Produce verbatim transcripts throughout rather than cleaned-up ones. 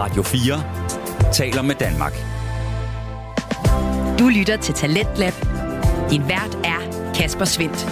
Radio fire taler med Danmark. Du lytter til Talentlab. Din vært er Kasper Svendt.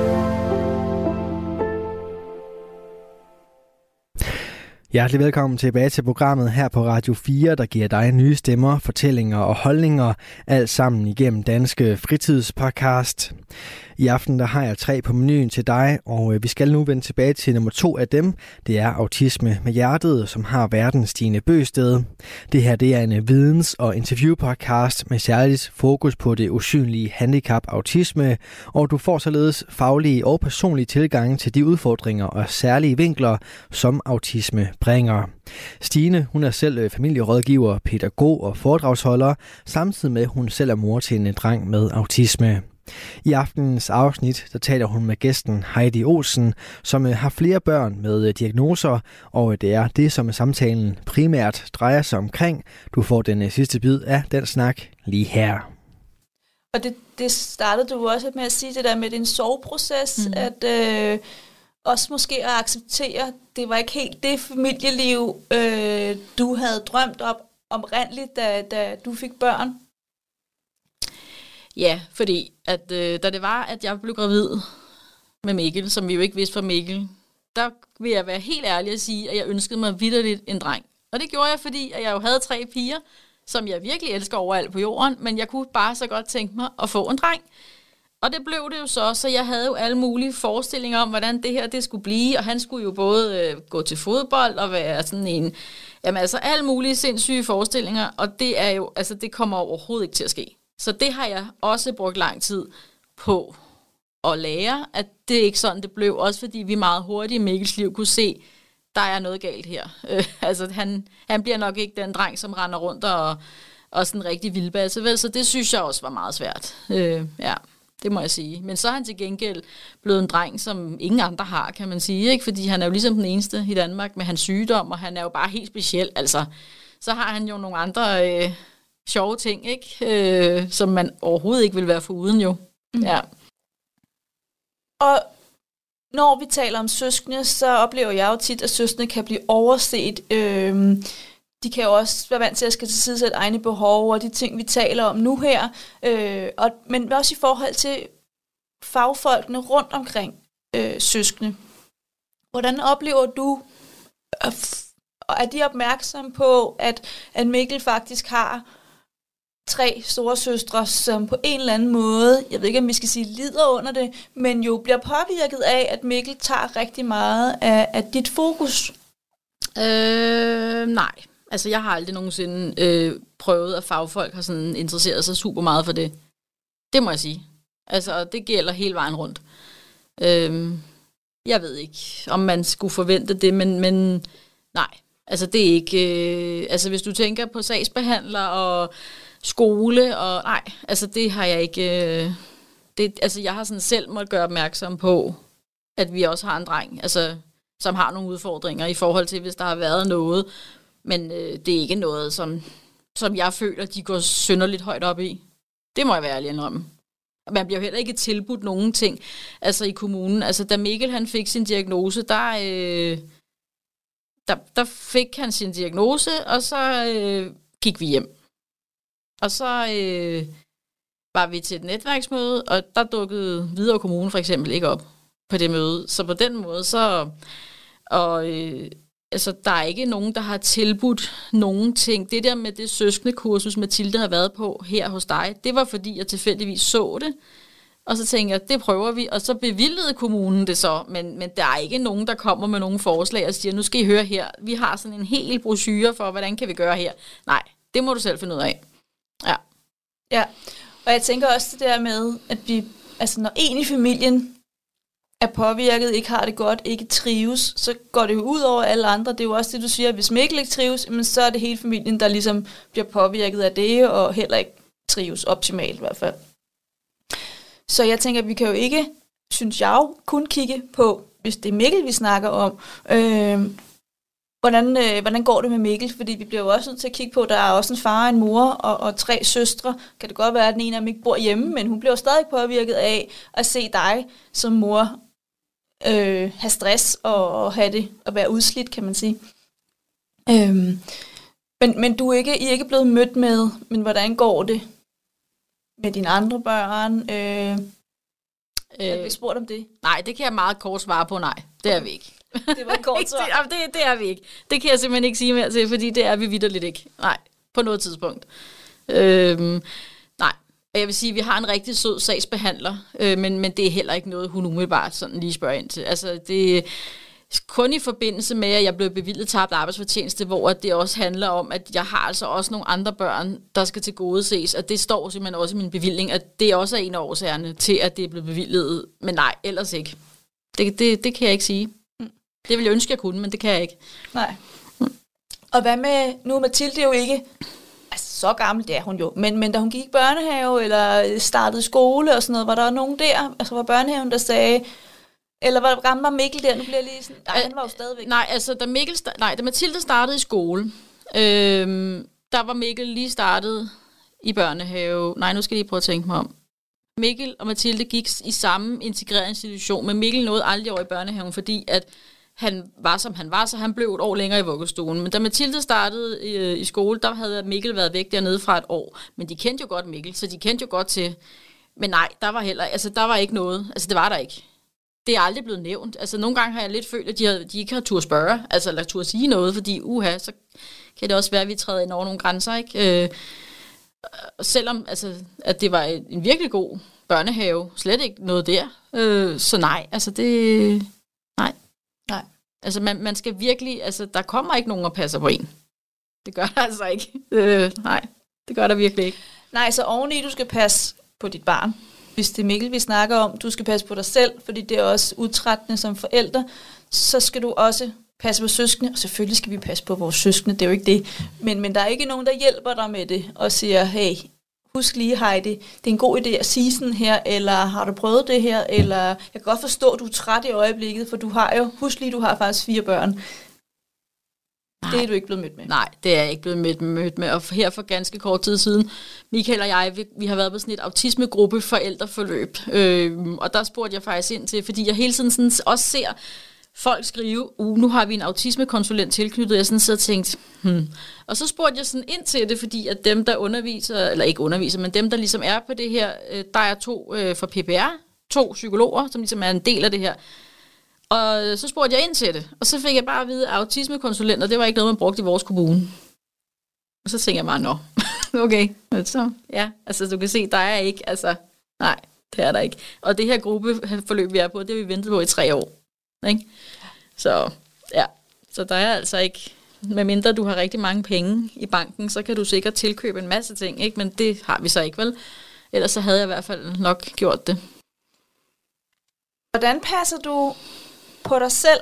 Hjertelig velkommen tilbage til programmet her på Radio fire, der giver dig nye stemmer, fortællinger og holdninger, alt sammen igennem Danske Fritidspodcast. I aften der har jeg tre på menuen til dig, og vi skal nu vende tilbage til nummer to af dem. Det er Autisme med Hjertet, som har værten Stine Bøsted. Det her det er en videns- og interviewpodcast med særligt fokus på det usynlige handicap autisme, og du får således faglige og personlige tilgange til de udfordringer og særlige vinkler, som autisme bringer. Stine, hun er selv familierådgiver, pædagog og foredragsholder, samtidig med at hun selv er mor til en dreng med autisme. I aftenens afsnit der taler hun med gæsten Heidi Olsen, som har flere børn med diagnoser, og det er det, som samtalen primært drejer sig omkring. Du får den sidste bid af den snak lige her. Og det, det startede du også med at sige, det der med din soveproces, mm. at øh, også måske at acceptere, det var ikke helt det familieliv, øh, du havde drømt om oprindeligt, da, da du fik børn. Ja, fordi at, øh, da det var, at jeg blev gravid med Mikkel, som vi jo ikke vidste for Mikkel, der vil jeg være helt ærlig at sige, at jeg ønskede mig vitterligt en dreng. Og det gjorde jeg, fordi at jeg jo havde tre piger, som jeg virkelig elsker overalt på jorden, men jeg kunne bare så godt tænke mig at få en dreng. Og det blev det jo så, så jeg havde jo alle mulige forestillinger om, hvordan det her det skulle blive, og han skulle jo både øh, gå til fodbold og være sådan en, jamen altså alle mulige sindssyge forestillinger, og det er jo, altså det kommer overhovedet ikke til at ske. Så det har jeg også brugt lang tid på at lære, at det er ikke sådan, det blev. Også fordi vi meget hurtigt i Mikkels liv kunne se, der er noget galt her. Øh, altså han, han bliver nok ikke den dreng, som render rundt og, og sådan en rigtig vildbasse, vel? Så det synes jeg også var meget svært. Øh, ja, det må jeg sige. Men så er han til gengæld blevet en dreng, som ingen andre har, kan man sige. Ikke? Fordi han er jo ligesom den eneste i Danmark med hans sygdom, og han er jo bare helt speciel. Altså, så har han jo nogle andre... Øh, sjove ting, ikke? Øh, som man overhovedet ikke vil være foruden jo. Mm. Ja. Og når vi taler om søskende, så oplever jeg jo tit, at søskende kan blive overset. Øh, de kan jo også være vant til at skal tilsidesætte egne behov og de ting, vi taler om nu her. Øh, og, men også i forhold til fagfolkene rundt omkring øh, søskende. Hvordan oplever du, og er de opmærksomme på, at, at Mikkel faktisk har tre store søstre, som på en eller anden måde, jeg ved ikke, om vi skal sige lider under det, men jo bliver påvirket af, at Mikkel tager rigtig meget af, af dit fokus? Øh, nej. Altså, jeg har aldrig nogensinde øh, prøvet, at fagfolk har sådan interesseret sig super meget for det. Det må jeg sige. Altså, det gælder hele vejen rundt. Øh, jeg ved ikke, om man skulle forvente det, men, men nej. Altså, det er ikke... Øh, altså, hvis du tænker på sagsbehandler og skole, og nej, altså, det har jeg ikke... Øh, det, altså, jeg har sådan selv måtte gøre opmærksom på, at vi også har en dreng, altså, som har nogle udfordringer i forhold til, hvis der har været noget. Men øh, det er ikke noget, som, som jeg føler, de går synderligt højt op i. Det må jeg være ærlig indrømme. Man bliver jo heller ikke tilbudt nogen ting, altså i kommunen. Altså, da Mikkel han fik sin diagnose, der... Øh, Der, der fik han sin diagnose, og så øh, gik vi hjem. Og så øh, var vi til et netværksmøde, og der dukkede Hvidovre Kommune for eksempel ikke op på det møde. Så på den måde, så... Og, øh, altså, der er ikke nogen, der har tilbudt nogen ting. Det der med det søskendekursus, Mathilde har været på her hos dig, det var fordi, jeg tilfældigvis så det. Og så tænkte jeg, det prøver vi, og så bevilgede kommunen det så, men, men der er ikke nogen, der kommer med nogle forslag og siger, nu skal I høre her, vi har sådan en hel brochure for, hvordan kan vi gøre her. Nej, det må du selv finde ud af. Ja. Ja, og jeg tænker også det der med, at vi, altså når en i familien er påvirket, ikke har det godt, ikke trives, så går det jo ud over alle andre. Det er jo også det, du siger, at hvis Mikkel ikke trives, men så er det hele familien, der ligesom bliver påvirket af det, og heller ikke trives optimalt i hvert fald. Så jeg tænker, at vi kan jo ikke, synes jeg jo, kun kigge på, hvis det er Mikkel, vi snakker om, øh, hvordan, øh, hvordan går det med Mikkel? Fordi vi bliver jo også nødt til at kigge på, at der er også en far, en mor og, og tre søstre. Kan det godt være, at den ene af dem ikke bor hjemme, men hun bliver jo stadig påvirket af at se dig som mor øh, have stress og, og have det og være udslidt, kan man sige. Øh, Men, men du er ikke, I er ikke blevet mødt med, men hvordan går det med dine andre børn? Øh, øh, er vi spurgt om det? Nej, det kan jeg meget kort svare på, nej. Det er vi ikke. Det var et kort svar. det, det, det er vi ikke. Det kan jeg simpelthen ikke sige mere til, fordi det er vi vitterligt ikke. Nej, på noget tidspunkt. Øhm, nej, jeg vil sige, at vi har en rigtig sød sagsbehandler, øh, men, men det er heller ikke noget, hun umiddelbart sådan lige spørger ind til. Altså, det er kun i forbindelse med, at jeg blev bevilget tabt arbejdsfortjeneste, hvor det også handler om, at jeg har altså også nogle andre børn, der skal tilgodeses, og det står simpelthen også i min bevilling, at det også er en af årsagerne til, at det er blevet bevilget, men nej, ellers ikke. Det, det, det kan jeg ikke sige. Det ville jeg ønske, jeg kunne, men det kan jeg ikke. Nej. Og hvad med, nu er Mathilde jo ikke, altså så gammel, det er hun jo, men, men da hun gik i børnehave, eller startede skole og sådan noget, var der nogen der, altså var børnehaven, der sagde, eller var der gammel var Mikkel der, nu bliver jeg lige sådan, nej, han var jo stadigvæk. Nej, altså da, Mikkel, nej, da Mathilde startede i skole, øhm, der var Mikkel lige startet i børnehave, nej, nu skal jeg lige prøve at tænke mig om. Mikkel og Mathilde gik i samme integreret institution, men Mikkel nåede aldrig over i børnehaven, fordi at han var, som han var, så han blev et år længere i vuggestuen. Men da Mathilde startede i, i skole, der havde Mikkel været væk dernede fra et år. Men de kendte jo godt Mikkel, så de kendte jo godt til. Men nej, der var heller, altså der var ikke noget. Altså det var der ikke. Det er aldrig blevet nævnt. Altså nogle gange har jeg lidt følt, at de, har, de ikke har tur spørge, altså eller tur sige noget, fordi uha, så kan det også være, at vi træder ind over nogle grænser, ikke? Øh, selvom altså, at det var en virkelig god børnehave, slet ikke noget der. Øh, så nej, altså det... Nej. Nej. Altså man, man skal virkelig... Altså der kommer ikke nogen og passer på en. Det gør der altså ikke. Øh, nej, det gør der virkelig ikke. Nej, så oveni du skal passe på dit barn. Hvis det er Mikkel, vi snakker om, du skal passe på dig selv, fordi det er også udtrættende som forældre, så skal du også passe på søskende, og selvfølgelig skal vi passe på vores søskende, det er jo ikke det. Men, men der er ikke nogen, der hjælper dig med det, og siger, hey, husk lige Heidi, det er en god idé at sige sådan her, eller har du prøvet det her, eller jeg kan godt forstå, at du er træt i øjeblikket, for du har jo, husk lige, du har faktisk fire børn. Nej. Det er du ikke blevet mødt med. Nej, det er jeg ikke blevet mødt, mødt med, og her for ganske kort tid siden, Michael og jeg, vi, vi har været på sådan et autismegruppe forældreforløb, øh, og der spurgte jeg faktisk ind til, fordi jeg hele tiden sådan også ser folk skrive, uh, nu har vi en autismekonsulent tilknyttet, jeg sådan sidder og tænkte, hmm. Og så spurgte jeg sådan ind til det, fordi at dem, der underviser, eller ikke underviser, men dem, der ligesom er på det her, øh, der er to øh, fra P P R, to psykologer, som ligesom er en del af det her. Og så spurgte jeg ind til det, og så fik jeg bare at vide, at autismekonsulenter, det var ikke noget, man brugte i vores kommune. Og så tænkte jeg bare, nå, okay, så ja, altså du kan se, der er ikke, altså, nej, det er der ikke. Og det her gruppeforløb, vi er på, det har vi ventet på i tre år. Ikke? Så ja, så der er altså ikke, medmindre du har rigtig mange penge i banken, så kan du sikkert tilkøbe en masse ting, ikke? Men det har vi så ikke, vel? Ellers så havde jeg i hvert fald nok gjort det. Hvordan passer du på dig selv?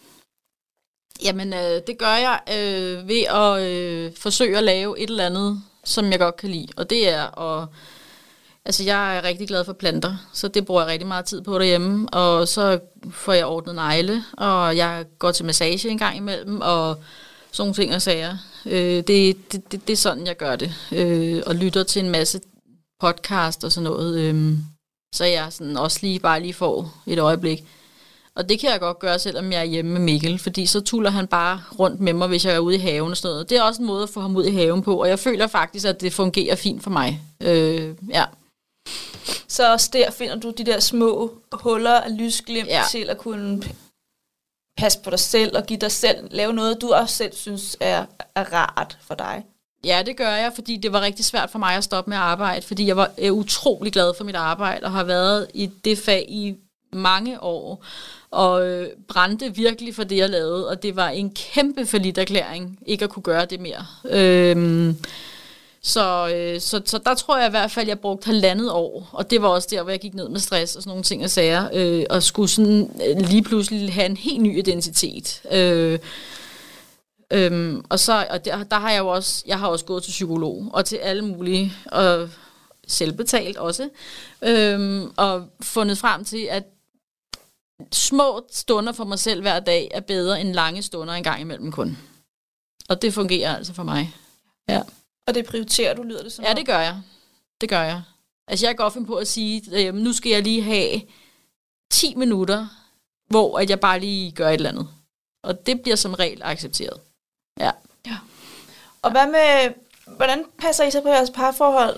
Jamen, øh, det gør jeg øh, ved at øh, forsøge at lave et eller andet, som jeg godt kan lide. Og det er at... Altså, jeg er rigtig glad for planter, så det bruger jeg rigtig meget tid på derhjemme. Og så får jeg ordnet negle, og jeg går til massage en gang imellem, og sådan nogle ting og sager. Øh, det, det, det, det er sådan, jeg gør det. Øh, og lytter til en masse podcast og sådan noget. Øh, så jeg sådan også lige bare lige får et øjeblik. Og det kan jeg godt gøre, selvom jeg er hjemme med Mikkel, fordi så tuller han bare rundt med mig, hvis jeg er ude i haven og sådan noget. Det er også en måde at få ham ud i haven på, og jeg føler faktisk, at det fungerer fint for mig. Øh, ja. Så også der finder du de der små huller af lysglimt ja. til at kunne passe på dig selv og give dig selv, lave noget, du også selv synes er, er rart for dig. Ja, det gør jeg, fordi det var rigtig svært for mig at stoppe med at arbejde, fordi jeg var er utrolig glad for mit arbejde og har været i det fag i mange år og øh, brændte virkelig for det, jeg lavede, og det var en kæmpe falliterklæring ikke at kunne gøre det mere. Øhm, så, øh, så, så der tror jeg i hvert fald, jeg brugte halvandet år, og det var også der, hvor jeg gik ned med stress og sådan nogle ting og sager, øh, og skulle sådan øh, lige pludselig have en helt ny identitet. Øh, Øhm, og så og der, der har jeg jo også jeg har også gået til psykolog og til alle mulige og selvbetalt også øhm, og fundet frem til at små stunder for mig selv hver dag er bedre end lange stunder en gang imellem kun. Og det fungerer altså for mig. Ja. Og det prioriterer du, lyder det som? Ja, det gør jeg. Det gør jeg. Altså jeg kan godt finde på at sige, øh, nu skal jeg lige have ti minutter, hvor at jeg bare lige gør et eller andet. Og det bliver som regel accepteret. Ja. Ja. Og hvad med, hvordan passer I så på jeres parforhold?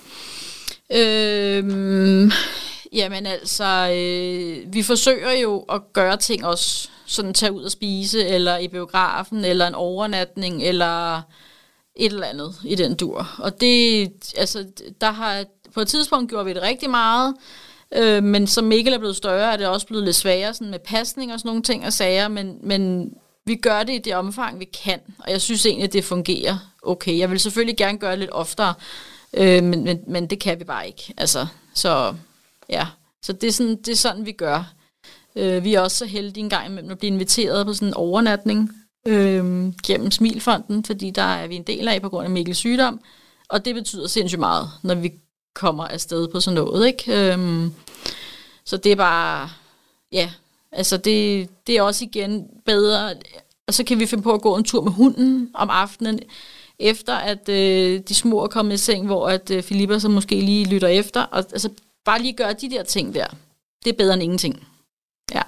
Øhm, jamen altså, øh, vi forsøger jo at gøre ting også, sådan tage ud og spise, eller i biografen, eller en overnatning, eller et eller andet i den dur. Og det, altså, der har, på et tidspunkt gjorde vi det rigtig meget, øh, men som Mikkel er blevet større, er det også blevet lidt sværere, sådan med pasning og sådan nogle ting og sager, men, men vi gør det i det omfang, vi kan, og jeg synes egentlig, at det fungerer okay. Jeg vil selvfølgelig gerne gøre det lidt oftere, øh, men, men, men det kan vi bare ikke. Altså, så ja, så det er sådan, det er sådan vi gør. Øh, vi er også så heldige en gang imellem at blive inviteret på sådan en overnatning øh, gennem Smilfonden, fordi der er vi en del af på grund af Mikkels sygdom, og det betyder sindssygt meget, når vi kommer afsted på sådan noget, ikke? Øh, så det er bare, ja, altså det, det er også igen bedre, og så kan vi finde på at gå en tur med hunden om aftenen, efter at øh, de små er kommet i seng, hvor at øh, Filippa så måske lige lytter efter, og altså bare lige gøre de der ting der. Det er bedre end ingenting. Ja.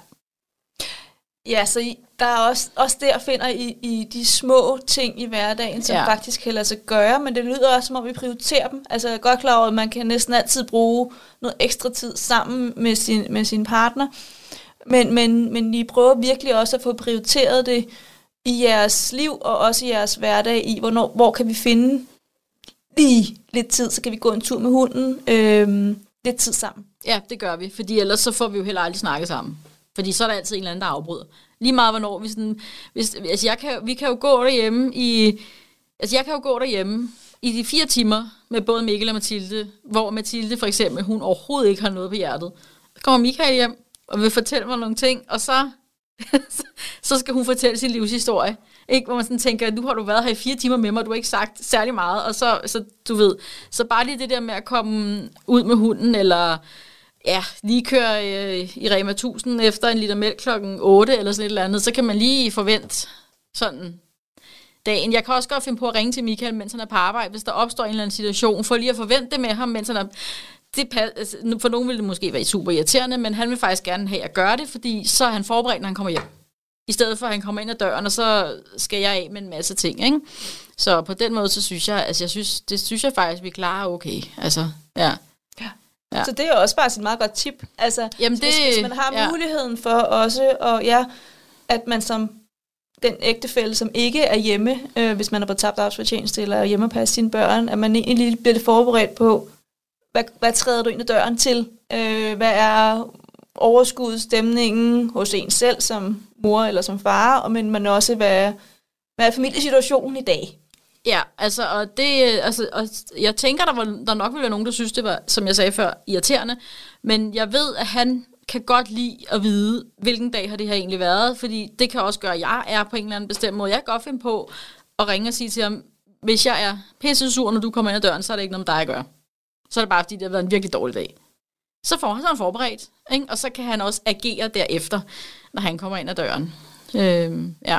Ja, så I, der er også, også der finder I, I de små ting i hverdagen, som ja. faktisk kan lade sig gøre, men det lyder også, som om vi prioriterer dem. Altså, jeg er godt klar over, at man kan næsten altid bruge noget ekstra tid sammen med sin, med sin partner, men, men, men I prøver virkelig også at få prioriteret det i jeres liv, og også i jeres hverdag, i hvornår, hvor kan vi finde lige lidt tid, så kan vi gå en tur med hunden, øhm, lidt tid sammen. Ja, det gør vi, fordi ellers så får vi jo heller aldrig snakket sammen. Fordi så er der altid en eller anden, der afbryder. Lige meget hvornår vi sådan, hvis, altså jeg kan, vi kan jo gå derhjemme i, altså jeg kan jo gå derhjemme i de fire timer med både Mikkel og Mathilde, hvor Mathilde for eksempel, hun overhovedet ikke har noget på hjertet. Så kommer Michael hjem og vil fortælle mig nogle ting, og så, så skal hun fortælle sin livshistorie. Ikke? Hvor man sådan tænker, nu har du været her i fire timer med mig, og du har ikke sagt særlig meget, og så, så du ved, så bare lige det der med at komme ud med hunden, eller ja, lige køre øh, i Rema tusind efter en liter mælk klokken otte, eller sådan et eller andet, så kan man lige forvente sådan dagen. Jeg kan også godt finde på at ringe til Michael, mens han er på arbejde, hvis der opstår en eller anden situation, for lige at forvente det med ham, mens han er. Det, for nogen vil det måske være super irriterende, men han vil faktisk gerne have at gøre det, fordi så er han forberedt, når han kommer hjem. I stedet for, at han kommer ind ad døren, og så skal jeg af med en masse ting, ikke? Så på den måde, så synes jeg, altså jeg synes, det synes jeg faktisk, vi klarer okay. Altså, ja. Ja. Ja. Så det er jo også bare et meget godt tip. Altså, Jamen det, hvis, hvis man har ja. muligheden for også, og ja, at man som den ægtefælle, som ikke er hjemme, øh, hvis man er på tabt arbejdsfortjeneste, eller er hjemme og passe sine børn, at man egentlig bliver lidt forberedt på, hvad, hvad træder du ind ad døren til? Øh, hvad er overskudsstemningen hos en selv, som mor eller som far, og men man også, hvad, hvad er familiesituationen i dag? Ja, altså, og det, altså, og jeg tænker, der, var, der nok ville være nogen, der synes, det var, som jeg sagde før, irriterende, men jeg ved, at han kan godt lide at vide, hvilken dag har det her egentlig været, fordi det kan også gøre, at jeg er på en eller anden bestemt måde. Jeg kan godt finde på at ringe og sige til ham, hvis jeg er pisse sur, når du kommer ind ad døren, så er det ikke noget med dig at gøre. Så er det bare, fordi det har været en virkelig dårlig dag. Så får han sådan forberedt, ikke? Og så kan han også agere derefter, når han kommer ind ad døren. Øhm, ja.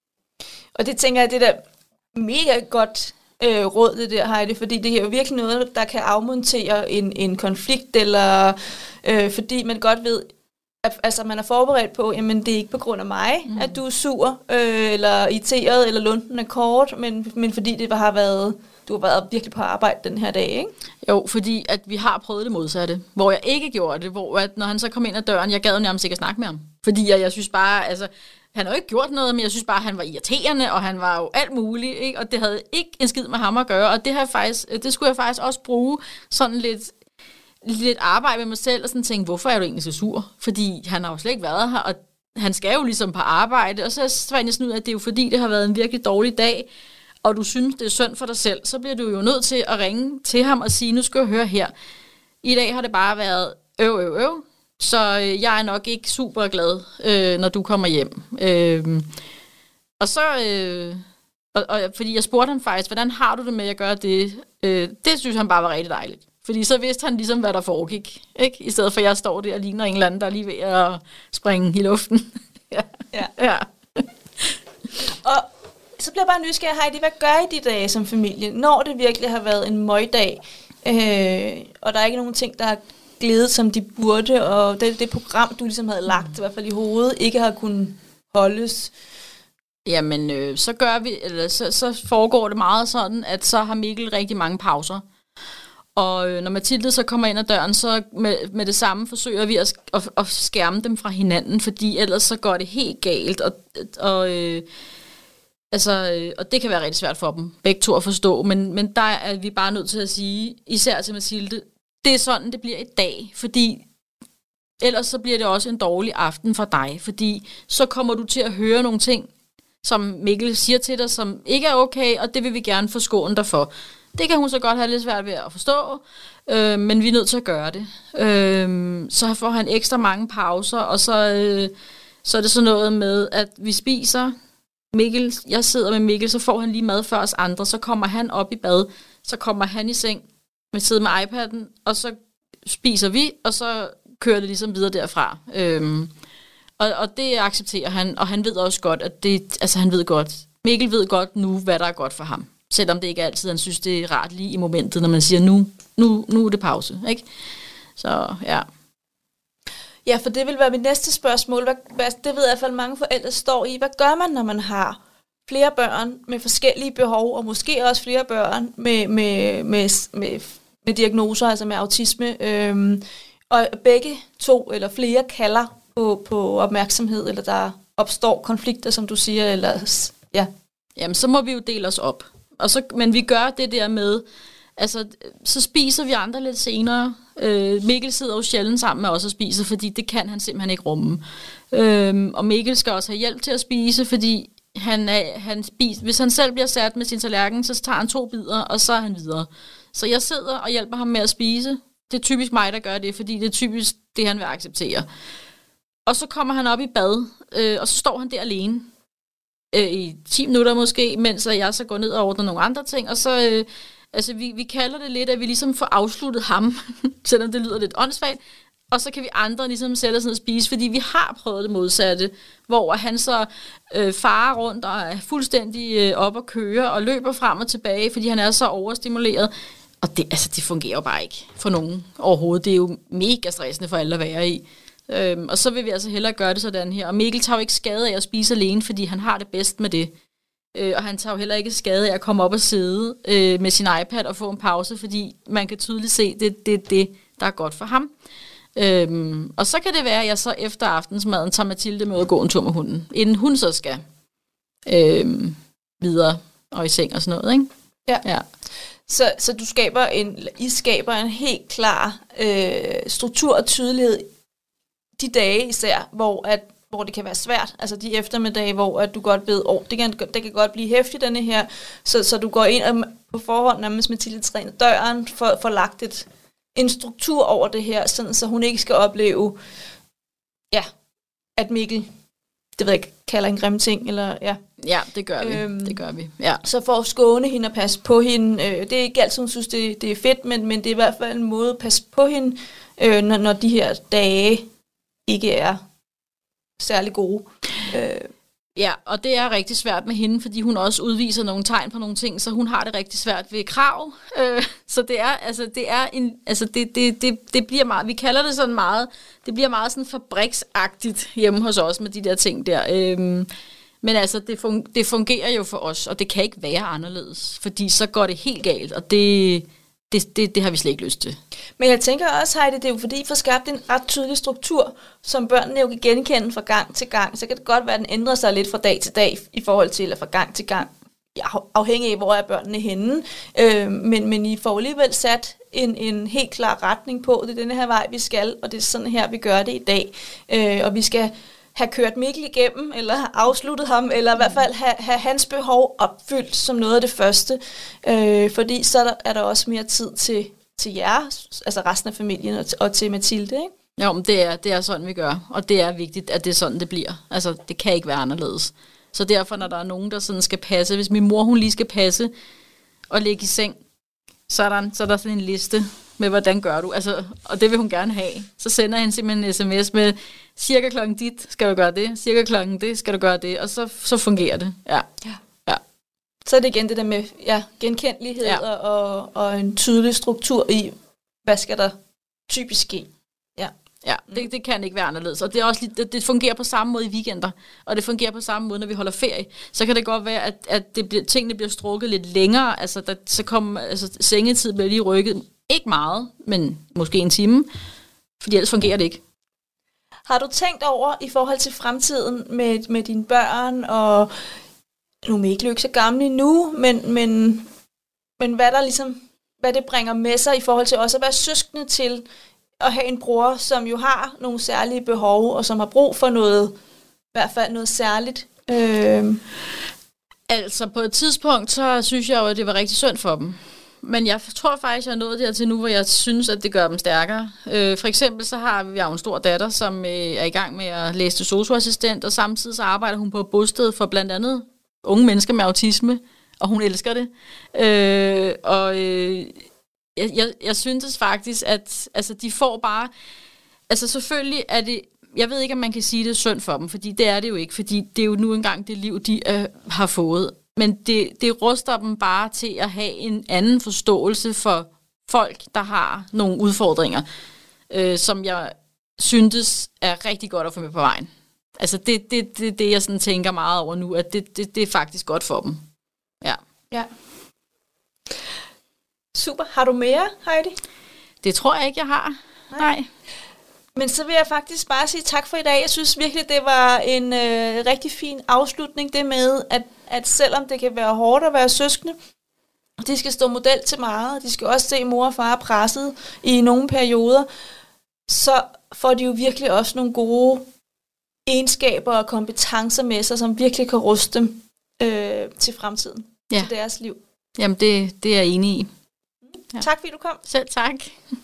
Og det tænker jeg, det der mega godt øh, råd, det der, Heidi, fordi det er jo virkelig noget, der kan afmontere en, en konflikt, eller øh, fordi man godt ved, at altså, man er forberedt på, jamen det er ikke på grund af mig, mm. at du er sur, øh, eller irriteret, eller lunden er kort, men, men fordi det har været, du har været virkelig på arbejde den her dag, ikke? Jo, fordi at vi har prøvet det modsatte, hvor jeg ikke gjorde det, hvor at når han så kom ind ad døren, jeg gad jo nærmest ikke at snakke med ham, fordi jeg, jeg synes bare, altså, han har jo ikke gjort noget, men jeg synes bare, at han var irriterende, og han var jo alt muligt, ikke? Og det havde ikke en skid med ham at gøre, og det, har faktisk, det skulle jeg faktisk også bruge sådan lidt, lidt arbejde med mig selv, og sådan tænke, hvorfor er du egentlig så sur? Fordi han har jo slet ikke været her, og han skal jo ligesom på arbejde, og så fandt jeg sådan ud af, at det er jo fordi, det har været en virkelig dårlig dag, og du synes, det er synd for dig selv, så bliver du jo nødt til at ringe til ham og sige, nu skal jeg høre her. I dag har det bare været øv, øv, øv. Så øh, jeg er nok ikke super glad, øh, når du kommer hjem. Øh, og så, øh, og, og, fordi jeg spurgte ham faktisk, hvordan har du det med at gøre det? Øh, det synes han bare var rigtig dejligt. Fordi så vidste han ligesom, hvad der foregik. Ikke? I stedet for, at jeg står der og ligner en eller anden, der er lige ved at springe i luften. ja. Ja. ja. Og så bliver jeg bare nysgerrig, Heidi, hvad gør I de dage som familie, når det virkelig har været en møgdag, øh, og der er ikke nogen ting, der har glædet, som de burde, og det, det program, du ligesom havde lagt, i hvert fald i hovedet, ikke har kunnet holdes. Jamen, øh, så gør vi, eller så, så foregår det meget sådan, at så har Mikkel rigtig mange pauser. Og øh, når Mathilde så kommer ind ad døren, så med, med det samme forsøger vi at, at, at skærme dem fra hinanden, fordi ellers så går det helt galt, og, og, øh, altså, øh, og det kan være rigtig svært for dem, begge to at forstå, men, men der er vi bare nødt til at sige, især til Mathilde, det er sådan, det bliver i dag, fordi ellers så bliver det også en dårlig aften for dig, fordi så kommer du til at høre nogle ting, som Mikkel siger til dig, som ikke er okay, og det vil vi gerne forskåne dig for. Det kan hun så godt have lidt svært ved at forstå, øh, men vi er nødt til at gøre det. Øh, så får han ekstra mange pauser, og så, øh, så er det sådan noget med, at vi spiser. Mikkel, jeg sidder med Mikkel, så får han lige mad før os andre, så kommer han op i bad, så kommer han i seng, vi sidder med iPad'en, og så spiser vi, og så kører det ligesom videre derfra. Øh, og, og det accepterer han, og han ved også godt, at det, altså han ved godt, Mikkel ved godt nu, hvad der er godt for ham. Selvom det ikke altid, han synes, det er rart lige i momentet, når man siger, nu, nu, nu er det pause, ikke? Så, ja. Ja, for det vil være mit næste spørgsmål. Hvad, hvad, det ved jeg i hvert fald, mange forældre står i. Hvad gør man, når man har flere børn med forskellige behov, og måske også flere børn med, med, med, med, med diagnoser, altså med autisme, øhm, og begge to eller flere kalder på, på opmærksomhed, eller der opstår konflikter, som du siger, eller ja. Jamen, så må vi jo dele os op. Og så, men vi gør det der med, altså, så spiser vi andre lidt senere. Øh, Mikkel sidder jo sjældent sammen med os og spiser, fordi det kan han simpelthen ikke rumme. Øh, og Mikkel skal også have hjælp til at spise, fordi han er, han spiser, hvis han selv bliver sat med sin tallerken, så tager han to bidder, og så er han videre. Så jeg sidder og hjælper ham med at spise. Det er typisk mig, der gør det, fordi det er typisk det, han vil acceptere. Og så kommer han op i bad, øh, og så står han der alene. I ti minutter måske, mens jeg så går ned og ordner nogle andre ting, og så, øh, altså vi, vi kalder det lidt, at vi ligesom får afsluttet ham, selvom det lyder lidt åndssvagt, og så kan vi andre ligesom sætte os ned og spise, fordi vi har prøvet det modsatte, hvor han så øh, farer rundt og er fuldstændig øh, op og kører, og løber frem og tilbage, fordi han er så overstimuleret, og det, altså, det fungerer jo bare ikke for nogen overhovedet, det er jo mega stressende for alle at være i. Øhm, og så vil vi altså hellere gøre det sådan her. Og Mikkel tager jo ikke skade af at spise alene, fordi han har det bedst med det. Øh, og han tager jo heller ikke skade af at komme op og sidde øh, med sin iPad og få en pause, fordi man kan tydeligt se, at det er det, det, der er godt for ham. Øhm, og så kan det være, at jeg så efter aftensmaden tager Mathilde med at gå en tur med hunden, inden hun så skal øh, videre og i seng og sådan noget, ikke? Ja. Ja. Så, så du skaber en, I skaber en helt klar øh, struktur og tydelighed de dage især, hvor, at, hvor det kan være svært, altså de eftermiddage, hvor at du godt ved, oh, det, kan, det kan godt blive hæftigt, denne her, så, så du går ind og på forhånd nærmest med til træner døren, for, for lagt et, en struktur over det her, sådan, så hun ikke skal opleve, ja, at Mikkel, det ved jeg ikke, kalder en grim ting, eller ja. Ja, det gør vi, øhm, det gør vi, ja. Så for at skåne hende og passe på hende, øh, det er ikke altid, hun synes, det, det er fedt, men, men det er i hvert fald en måde at passe på hende, øh, når, når de her dage ikke er særlig gode. Øh. Ja, og det er rigtig svært med hende, fordi hun også udviser nogle tegn på nogle ting, så hun har det rigtig svært ved krav. Øh, så det er, altså, det er en, altså, det, det, det, det bliver meget, vi kalder det sådan meget, det bliver meget sådan fabriksagtigt hjemme hos os med de der ting der. Øh, men altså, det, fun, det fungerer jo for os, og det kan ikke være anderledes, fordi så går det helt galt, og det... Det, det, det har vi slet ikke lyst til. Men jeg tænker også, Heidi, det er jo fordi, I får skabt en ret tydelig struktur, som børnene jo kan genkende fra gang til gang. Så kan det godt være, at den ændrer sig lidt fra dag til dag i forhold til, eller fra gang til gang, ja, afhængig af, hvor er børnene henne. Øh, men, men I får alligevel sat en, en helt klar retning på, det er denne her vej, vi skal, og det er sådan her, vi gør det i dag. Øh, og vi skal have kørt Mikkel igennem, eller have afsluttet ham, eller i hvert fald have, have hans behov opfyldt som noget af det første. Øh, fordi så er der, er der også mere tid til, til jer, altså resten af familien, og, og til Mathilde, ikke? Jo, men det er, det er sådan, vi gør. Og det er vigtigt, at det er sådan, det bliver. Altså, det kan ikke være anderledes. Så derfor, når der er nogen, der sådan skal passe, hvis min mor, hun lige skal passe og ligge i seng, så er der, så er der sådan en liste med, hvordan gør du? Altså, og det vil hun gerne have. Så sender han simpelthen en sms med, cirka klokken dit skal du gøre det, cirka klokken det skal du gøre det, og så, så fungerer det. Ja. Ja. Ja. Så er det igen det der med ja, genkendelighed ja. og, og en tydelig struktur i, hvad skal der typisk ske. Ja. Ja, det, det kan ikke være anderledes. Og det, er også, det, det fungerer på samme måde i weekender, og det fungerer på samme måde, når vi holder ferie. Så kan det godt være, at, at det bliver, tingene bliver strukket lidt længere. Altså, der, så kommer, altså, sengetid bliver lige rykket. Ikke meget, men måske en time, fordi ellers fungerer det ikke. Har du tænkt over i forhold til fremtiden med, med dine børn, og nu er de ikke lykke så gamle endnu, men, men, men hvad der ligesom, hvad det bringer med sig i forhold til også at være søskende til at have en bror, som jo har nogle særlige behov, og som har brug for noget, i hvert fald noget særligt? Øh. Altså på et tidspunkt, så synes jeg jo, at det var rigtig synd for dem. Men jeg tror faktisk, jeg er nået dertil nu, hvor jeg synes, at det gør dem stærkere. Øh, for eksempel så har vi jo en stor datter, som øh, er i gang med at læse til sosu-assistent, og samtidig så arbejder hun på et bosted for blandt andet unge mennesker med autisme, og hun elsker det. Øh, og øh, jeg, jeg, jeg synes faktisk, at altså, de får bare... Altså selvfølgelig er det... Jeg ved ikke, om man kan sige, det er synd for dem, fordi det er det jo ikke, fordi det er jo nu engang det liv, de øh, har fået. Men det, det ruster dem bare til at have en anden forståelse for folk, der har nogle udfordringer, øh, som jeg syntes er rigtig godt at få med på vejen. Altså det er det, det, det, jeg sådan tænker meget over nu, at det, det, det er faktisk godt for dem. Ja. Ja. Super. Har du mere, Heidi? Det tror jeg ikke, jeg har. Nej. Nej. Men så vil jeg faktisk bare sige tak for i dag. Jeg synes virkelig, det var en øh, rigtig fin afslutning, det med, at, at selvom det kan være hårdt at være søskende, de skal stå model til meget, de skal også se mor og far presset i nogle perioder, så får de jo virkelig også nogle gode egenskaber og kompetencer med sig, som virkelig kan ruste dem øh, til fremtiden, ja. Til deres liv. Jamen, det, det er jeg enig i. Ja. Tak fordi du kom. Selv tak.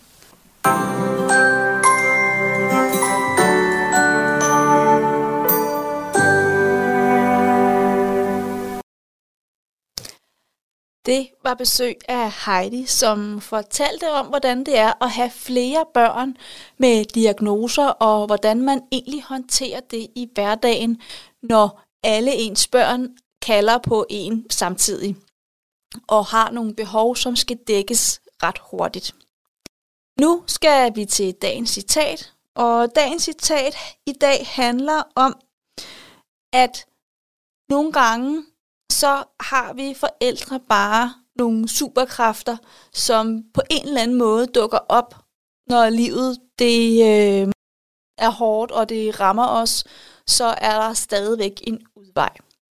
Det var besøg af Heidi, som fortalte om, hvordan det er at have flere børn med diagnoser, og hvordan man egentlig håndterer det i hverdagen, når alle ens børn kalder på en samtidig, og har nogle behov, som skal dækkes ret hurtigt. Nu skal vi til dagens citat, og dagens citat i dag handler om, at nogle gange så har vi forældre bare nogle superkræfter, som på en eller anden måde dukker op, når livet det øh, er hårdt, og det rammer os, så er der stadigvæk en udvej.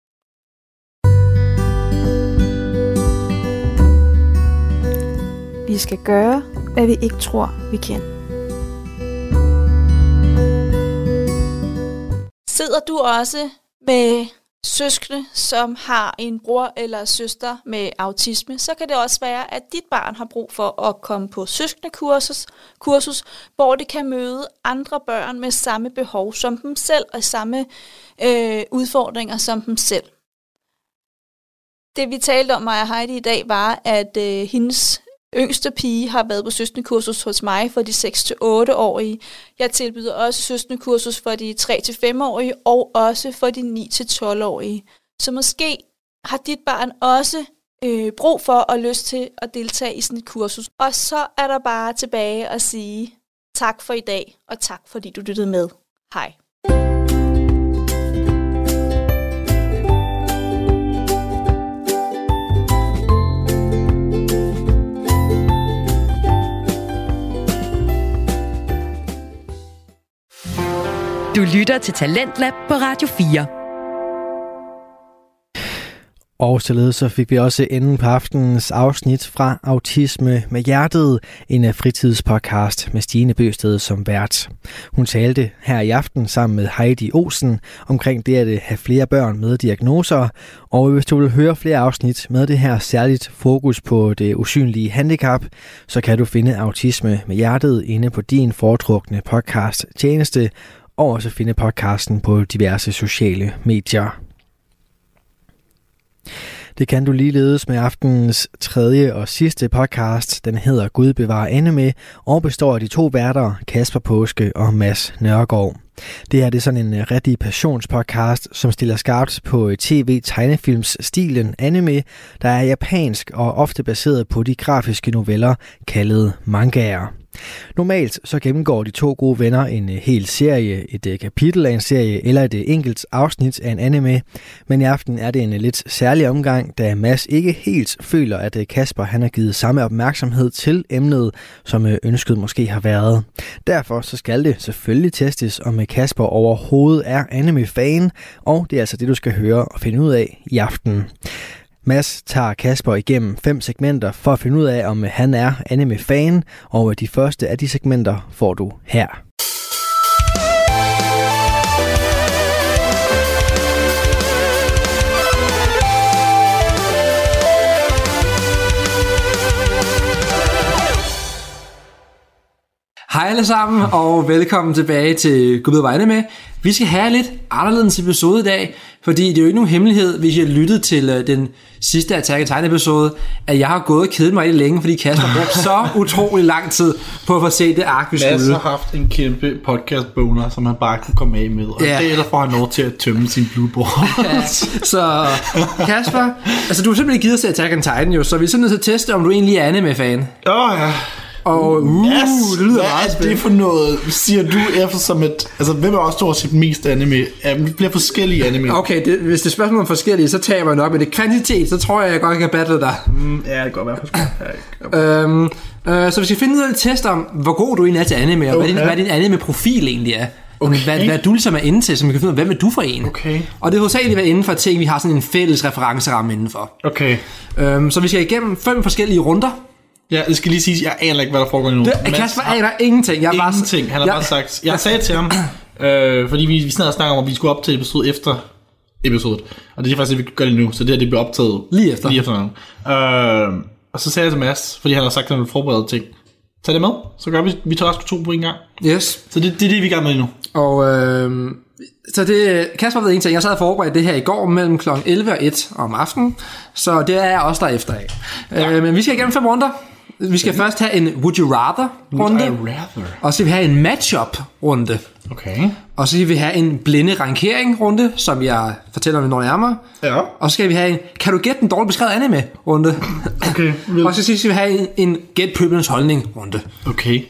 Vi skal gøre, hvad vi ikke tror, vi kan. Sidder du også med søskende, som har en bror eller søster med autisme, så kan det også være, at dit barn har brug for at komme på søskendekursus, kursus, hvor det kan møde andre børn med samme behov som dem selv, og samme øh, udfordringer som dem selv. Det vi talte om, mig og Heidi, i dag, var, at øh, hendes yngste pige har været på søskendekursus hos mig for de seks til otte-årige. Jeg tilbyder også søskendekursus for de tre til fem-årige og også for de ni til tolv-årige. Så måske har dit barn også øh, brug for og lyst til at deltage i sådan et kursus. Og så er der bare tilbage at sige tak for i dag, og tak fordi du lyttede med. Hej. Du lytter til Talentlab på Radio fire. Og således så fik vi også enden på aftenens afsnit fra Autisme med Hjertet, en fritidspodcast med Stine Bøsted som vært. Hun talte her i aften sammen med Heidi Olsen omkring det at have flere børn med diagnoser. Og hvis du vil høre flere afsnit med det her særligt fokus på det usynlige handicap, så kan du finde Autisme med Hjertet inde på din foretrukne podcast tjeneste, og også finde podcasten på diverse sociale medier. Det kan du ligeledes med aftenens tredje og sidste podcast. Den hedder Gud bevare Anime og består af de to værter, Kasper Påske og Mads Nørgaard. Det her det er sådan en rigtig passionspodcast, som stiller skarpt på tv-tegnefilmsstilen anime, der er japansk og ofte baseret på de grafiske noveller kaldet mangaer. Normalt så gennemgår de to gode venner en hel serie, et kapitel af en serie eller et enkelt afsnit af en anime, men i aften er det en lidt særlig omgang, da Mads ikke helt føler, at Kasper han har givet samme opmærksomhed til emnet, som ønsket måske har været. Derfor så skal det selvfølgelig testes, om Kasper overhovedet er anime-fan, og det er altså det, du skal høre og finde ud af i aften. Mads tager Kasper igennem fem segmenter for at finde ud af, om han er anime-fan, og de første af de segmenter får du her. Hej alle sammen, og velkommen tilbage til Gud ved Vejne med. Vi skal have lidt anderledes episode i dag, fordi det er jo ikke nogen hemmelighed, hvis I har lyttet til uh, den sidste Attack on Titan episode, at jeg har gået og kedet mig rigtig længe, fordi Kasper har brugt så utrolig lang tid på at få set det ark, vi skulle. Mads har haft en kæmpe podcast-boner, som han bare kunne komme af med, og ja. Det er der får han lov til at tømme sin blodbord. Ja, så Kasper, altså du har simpelthen givet os Attack on Titan jo, så vi er simpelthen nødt til at teste, om du egentlig er anime-fan. Åh oh, ja. Og uh, yes, det lyder hvad meget er det for noget, siger du, efter som et... Altså, hvem er også der har set mest anime? Ja, vi bliver forskellige anime. Okay, det, hvis det er spørgsmål om forskellige, så tager jeg nok, men det er kvantitet, så tror jeg, jeg godt kan battle dig. Mm, ja, det kan godt være. øhm, øh, så vi skal finde ud af et test om, hvor god du egentlig er til anime, og okay. hvad, din, hvad din anime-profil egentlig er. Okay. Hvad, hvad du ligesom er inde til, så vi kan finde ud af, hvad vil du for en? Okay. Og det er hovedsageligt været inden for ting, vi har sådan en fælles referenceramme indenfor. Okay. Øhm, så vi skal igennem fem forskellige runder. Ja, det skal lige sige, jeg aner ikke, hvad der foregår nu. Det, Kasper aner ingenting. Jeg ingenting, bare, han har jeg, bare sagt. Jeg sagde til ham, øh, fordi vi, vi snart snakker om, at vi skulle op til episode efter episodet. Og det er faktisk det, vi gør det nu, så det her det bliver optaget lige efter. Lige efter øh, og så sagde jeg til Mads, fordi han har sagt, at han vil forberede ting. Tag det med, så gør vi, vi tager også to på en gang. Yes. Så det, det er det, vi er i gang med lige nu. Og øh, så det, Kasper ved ingenting. Jeg sad og forberedte det her i går mellem klokken elleve og et om aftenen, så det er jeg også der efter af. Ja. Øh, men vi skal igennem fem runder. Vi skal mm-hmm. først have en Would You Rather runde, rather. Og så skal vi have en Matchup runde. Okay. Og så skal vi have en blinde rankering runde, som jeg fortæller om når nærmere. Ja. Og så skal vi have en Kan du gætte den dårligt beskrevet anime runde. Okay. Og så skal vi have en, en Gæt pøbelens holdning runde. Okay.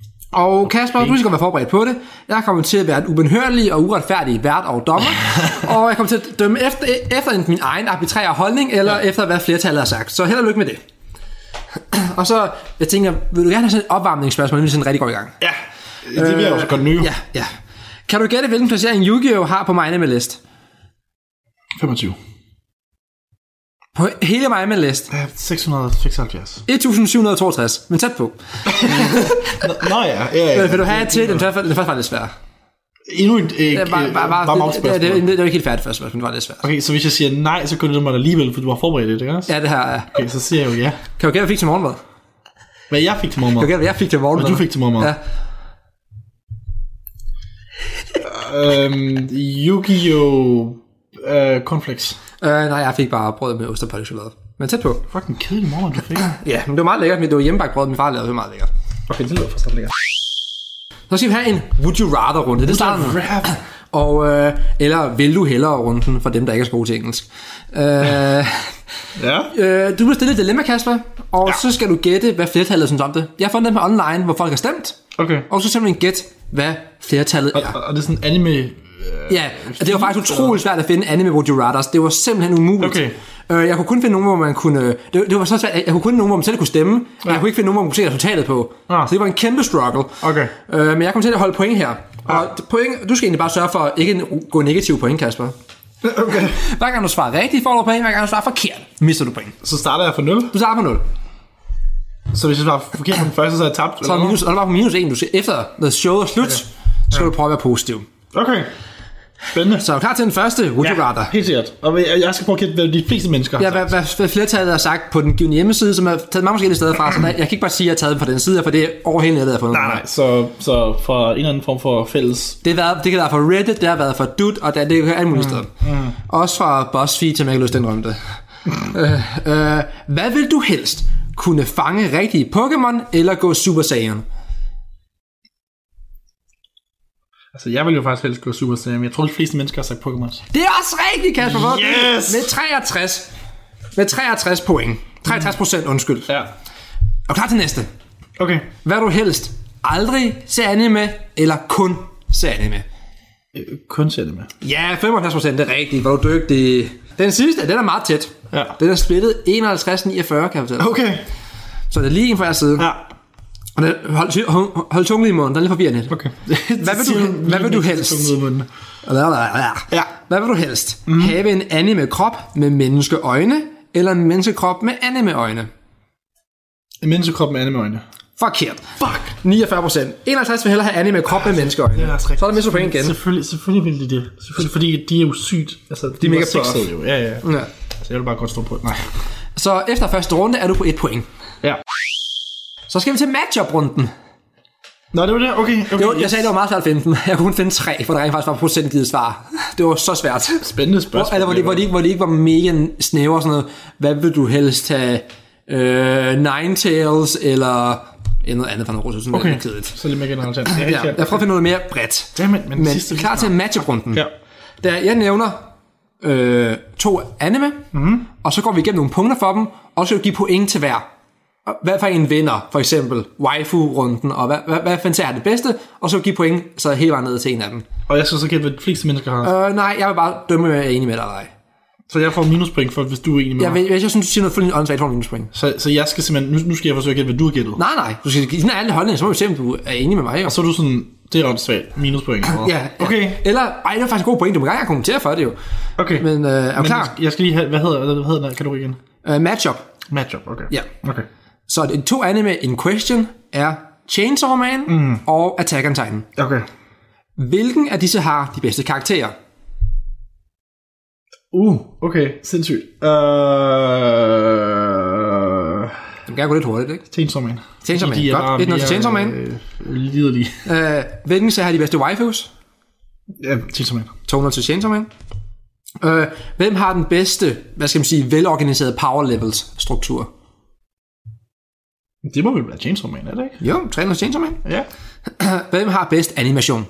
Og Kasper, okay. Du skal være forberedt på det. Jeg kommer til at være en ubenhørlig og uretfærdig vært og dommer. Og jeg kommer til at dømme efter, efter min egen arbitrære holdning, eller ja. Efter hvad flertallet har sagt. Så held og lykke med det. Og så, jeg tænker, vil du gerne have sådan et opvarmningsspørgsmål, inden vi sådan rigtig går i gang? Ja, det vil jeg også godt nu. Ja, ja. Kan du gætte, hvilken placering Yu-Gi-Oh! Har på My Anime List? femogtyve. På hele My Anime List? Ja, seks hundrede og seksoghalvfjerds. et tusind syv hundrede og toogtres, men tæt på. Nå ja, ja, ja. Vil du have et til? Den første var lidt svær. Endnu et ikke det var, bare, bare, det, det, det, det, det var ikke helt færdigt først, men det var lidt svært. Okay, så hvis jeg siger nej, så kunne det mig alligevel, for du har forberedt det, ikke også? Ja, det har jeg. Okay, så siger jeg jo ja. Kan du gætte, hvad jeg fik til morgenmad? Hvad jeg fik til morgenmad? Kan du gætte, hvad jeg fik til morgenmad? Hvad du fik til morgenmad? Ja. øhm, Yu-Gi-Oh! Uh, cornflakes. Uh, nej, jeg fik bare brød med ost og pålægtschokolade. Men tæt på. Fucking kedelig morgenmad, du fik. Ja, men det var meget lækkert, men det var hjemmebagt brød, min far lavede, det var meget lækkert. Okay, det lyder forstået lækkert. Så skal vi have en Would You Rather runde. Det starter nu. Og, øh, eller vil du hellere runden for dem, der ikke er så gode til engelsk. Øh, ja. øh, du bliver stillet et dilemma, Kasper, og ja. Så skal du gætte, hvad flertallet synes om det. Jeg har fundet dem på online, hvor folk har stemt. Okay. Og så simpelthen gætte, hvad flertallet er. Og, og det er sådan anime... Øh, ja, det var faktisk utroligt svært at finde anime Would You Rathers. Det var simpelthen umuligt. Okay. Øh, jeg kunne kun finde nogen, hvor man kunne... Det, det var så svært. Jeg kunne kun finde nogen, hvor man selv kunne stemme. Ja. Jeg kunne ikke finde nogen, hvor man kunne se resultatet på. Ja. Så det var en kæmpe struggle. Okay. Øh, men jeg kom til at holde point her. Og ja. point, du skal egentlig bare sørge for ikke at gå negativ point, Kasper. Okay. Hver gang du svarer rigtigt, får du point. Hver gang du svarer forkert, mister du point. Så starter jeg fra nul? Du starter på nul. Så hvis jeg svarer forkert på den første, så er jeg tabt? Så er minus, og du var på minus en. Du skal efter, når showet er slut, okay. Så skal ja. du prøve at være positiv. Okay. Spændende. Så er du klar til den første Would You Rather? Ja, helt sikkert. Og jeg skal prøve at kende, hvad de fleste mennesker har ja, sagt. Hvad, hvad flertallet har sagt på den givende hjemmeside, som er taget mange forskellige steder fra, så der, jeg kan ikke bare sige, at jeg har taget den fra den side, for det er over hele nettet, jeg har fundet. Nej, nej, så, så for en eller anden form for fælles... Det, har været, det kan være fra Reddit, det har været fra Dude, og det, det kan alle mulige steder. Mm, mm. Også fra BuzzFeed, som jeg ikke har lyst til at indrømme det. øh, øh, hvad vil du helst? Kunne fange rigtige Pokémon, eller gå Super Saiyan? Altså, jeg vil jo faktisk helst gå Super Saiyan, men jeg tror, de fleste mennesker har sagt Pokémon. Det er også rigtigt, Kasper. Yes! Med treogtres. Med treogtres point. treogtres procent, undskyld. Ja. Og klar til næste. Okay. Hvad vil du helst? Aldrig se anime, eller kun se anime? Øh, kun se anime. Ja, femoghalvfjerds procent, det er rigtigt. Hvor du dygtig. Den sidste, den er meget tæt. Ja. Den er splittet enoghalvtreds niogfyrre, kan jeg fortælle. Okay. Så det er lige en fra hver side. Ja. Og det, hold, hold, hold tungen i munden, den er lidt forvirrende. Okay. Hvad vil du, hvad vil du helst? Ja. Hvad vil du helst? Mm. Have en anime-krop med menneskeøjne, eller en menneskekrop med anime-øjne? En menneskekrop med anime-øjne. Forkert. Fuck. niogfyrre procent. enoghalvtreds vil hellere have anime-krop med menneskeøjne. Ja, så er der mistet point igen. Selvfølgelig, selvfølgelig vil de det. Selvfølgelig, fordi de er jo sygt. Altså, de, de er mega sexede jo. Ja, ja, ja. Så jeg vil bare godt stå på. Nej. Så efter første runde er du på et point. Ja. Så skal vi til matchup-runden. Nå, det var det? Okay. okay jo, yes. Jeg sagde, det var meget svært at finde den. Jeg kunne kun finde tre, for der rent faktisk var procentgivet svar. Det var så svært. Spændende spørgsmål. Eller hvor de, hvor, de, hvor de ikke var mega snævre sådan noget. Hvad vil du helst have? Øh, Ninetales eller noget andet fra noget russisk. Okay, så lidt mere generelt. Ja, ja, jeg prøver at finde noget mere bredt. Ja, men, men, men sidste klar til matchup-runden. Ja. Der jeg nævner øh, to anime, mm-hmm. og så går vi igennem nogle punkter for dem, og så vil give point til hver. Hvad for en vinder, for eksempel waifu-runden, og hvad, hvad, hvad fandt jeg er det bedste, og så give point, så hele vejen ned til en af dem. Og jeg skal så gætte, hvad de fleste mennesker har. Øh, nej, jeg vil bare dømme, om jeg er enig med dig eller ej. Så jeg får minuspoint for, hvis du er enig med mig? Jeg, jeg, jeg synes, du siger noget fuldstændig åndssvagt, for minuspoint. Så, så jeg skal simpelthen, nu, nu skal jeg forsøge at gætte, hvad du har gættet. Nej, nej, du skal give sådan alle holdninger, så må vi se, om du er enig med mig. Jo. Og så er du sådan, det er åndssvagt, minuspoint. ja, okay. Eller, ej, det er faktisk en god point, du må gerne kommentere for det jo. Okay. Men øh, er du klar? Jeg skal lige have, hvad hedder, hvad hedder den kategori igen? Uh, matchup. Matchup, okay. Ja. Okay. Så de to anime in question er Chainsaw Man mm. og Attack on Titan. Okay. Hvilken af disse har de bedste karakterer? Uh, okay, sindssygt. Uh... Du kan gå lidt hurtigt, ikke? Chainsaw Man. Chainsaw Man, godt. Et noget til Chainsaw Man. Øh, liderlige. Uh, hvilken så har de bedste waifus? Ja, Chainsaw Man. to nul til Chainsaw Man. Uh, hvem har den bedste, hvad skal man sige, velorganiserede power levels struktur? Det må vel være Chainsaw Man, er det ikke? Jo, tre nul til Chainsaw Man. Ja. Hvem har bedst animation?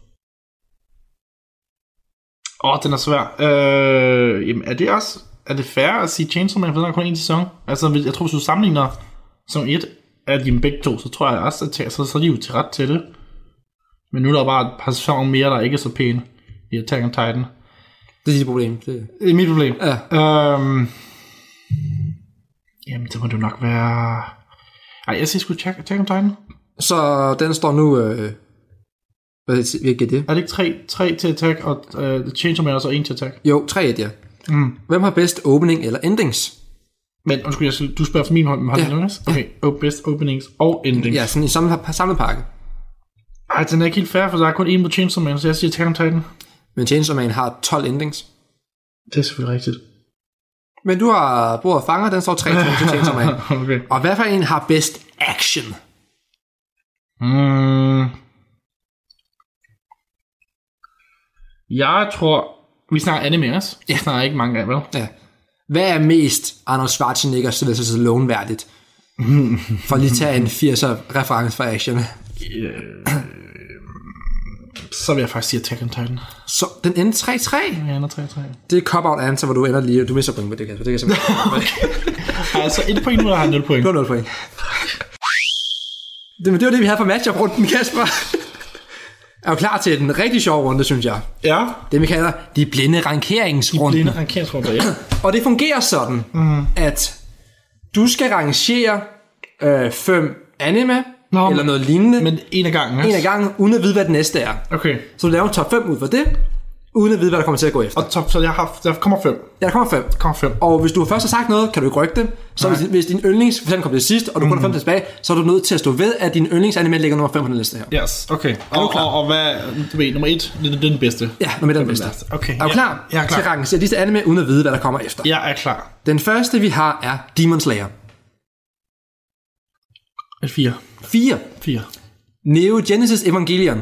Åh, oh, den er svær. Øh, jamen, er det også... Er det fair at sige Chainsaw Man, for den er kun en sæson? Altså, jeg tror, hvis du sammenligner sæson et af de begge to, så tror jeg også, at så, så er de jo til ret til det. Men nu er der bare et par sæsoner mere, der ikke er så pæne i Attack on Titan. Det er dit problem. Det, det er mit problem. Ja. Øhm, jamen, det må det nok være... Ej, jeg siger sgu Attack on Titan. Så den står nu... Øh... Hvad er det? Er det ikke tre, tre til attack, og uh, Chainsaw Man er så en til attack? Jo, tre et, ja. Mm. Hvem har bedst opening eller endings? Men undskyld, jeg skal, du spørger for min hånd, men har ja. det okay, oh, best openings og endings. Ja, sådan en samlet, samlet pakke. Ej, den er ikke helt fair, for der er kun en på Chainsaw Man, så jeg siger Attack on Titan. Men Chainsaw Man har tolv endings. Det er selvfølgelig rigtigt. Men du har bordet fanger, den står tre til Chainsaw Man. Okay. Og hvad for en har bedst action? Mm. Jeg tror... Vi snakker anime også. Jeg snakker ikke mange af, vel? Ja. Hvad er mest Arnold Schwarzenegger Sylvester Stallone værdigt? For lige tage en firser reference for action. Yeah. Så vil jeg faktisk sige Attack on Titan. Så den ender tre tre? Ja, ender tre tre. Det er cop-out answer, hvor du ender lige... Du misser point med det, Kasper. Det kan jeg simpelthen. Okay. Altså et point nu, der har nul point. Du har nul point. Det, det var det, vi havde for matchup-runden, Kasper. Er du klar til den rigtig sjove runde, synes jeg? Ja. Det, vi kalder de blinde rankeringsrunden. De blinde rankeringsrunder, ja. Og det fungerer sådan, mm. at du skal rangere øh, fem anime, Nå, eller noget lignende. Men en af gangen, En af gangen, uden at vide, hvad det næste er. Okay. Så du laver en top fem ud for det, uden at vide, hvad der kommer til at gå efter. Og top, så jeg har, der kommer fem. Ja, der kommer fem. Der kommer fem. Og hvis du først har sagt noget, kan du ikke rykke det. Så hvis, hvis din yndlings for eksempel kommer til sidst, og du mm. kun har fem tilbage, så er du nødt til at stå ved, at din yndlingsanime ligger nummer fem på den liste her. Yes, okay. Og, og, og hvad, du ved, nummer et, det er den bedste. Ja, nummer et er den bedste. Okay. Er du klar, jeg er klar til at rangere disse anime, uden at vide, hvad der kommer efter? Jeg er klar. Den første, vi har, er Demon Slayer. Et fire. Fire. Fire. Neo Genesis Evangelion.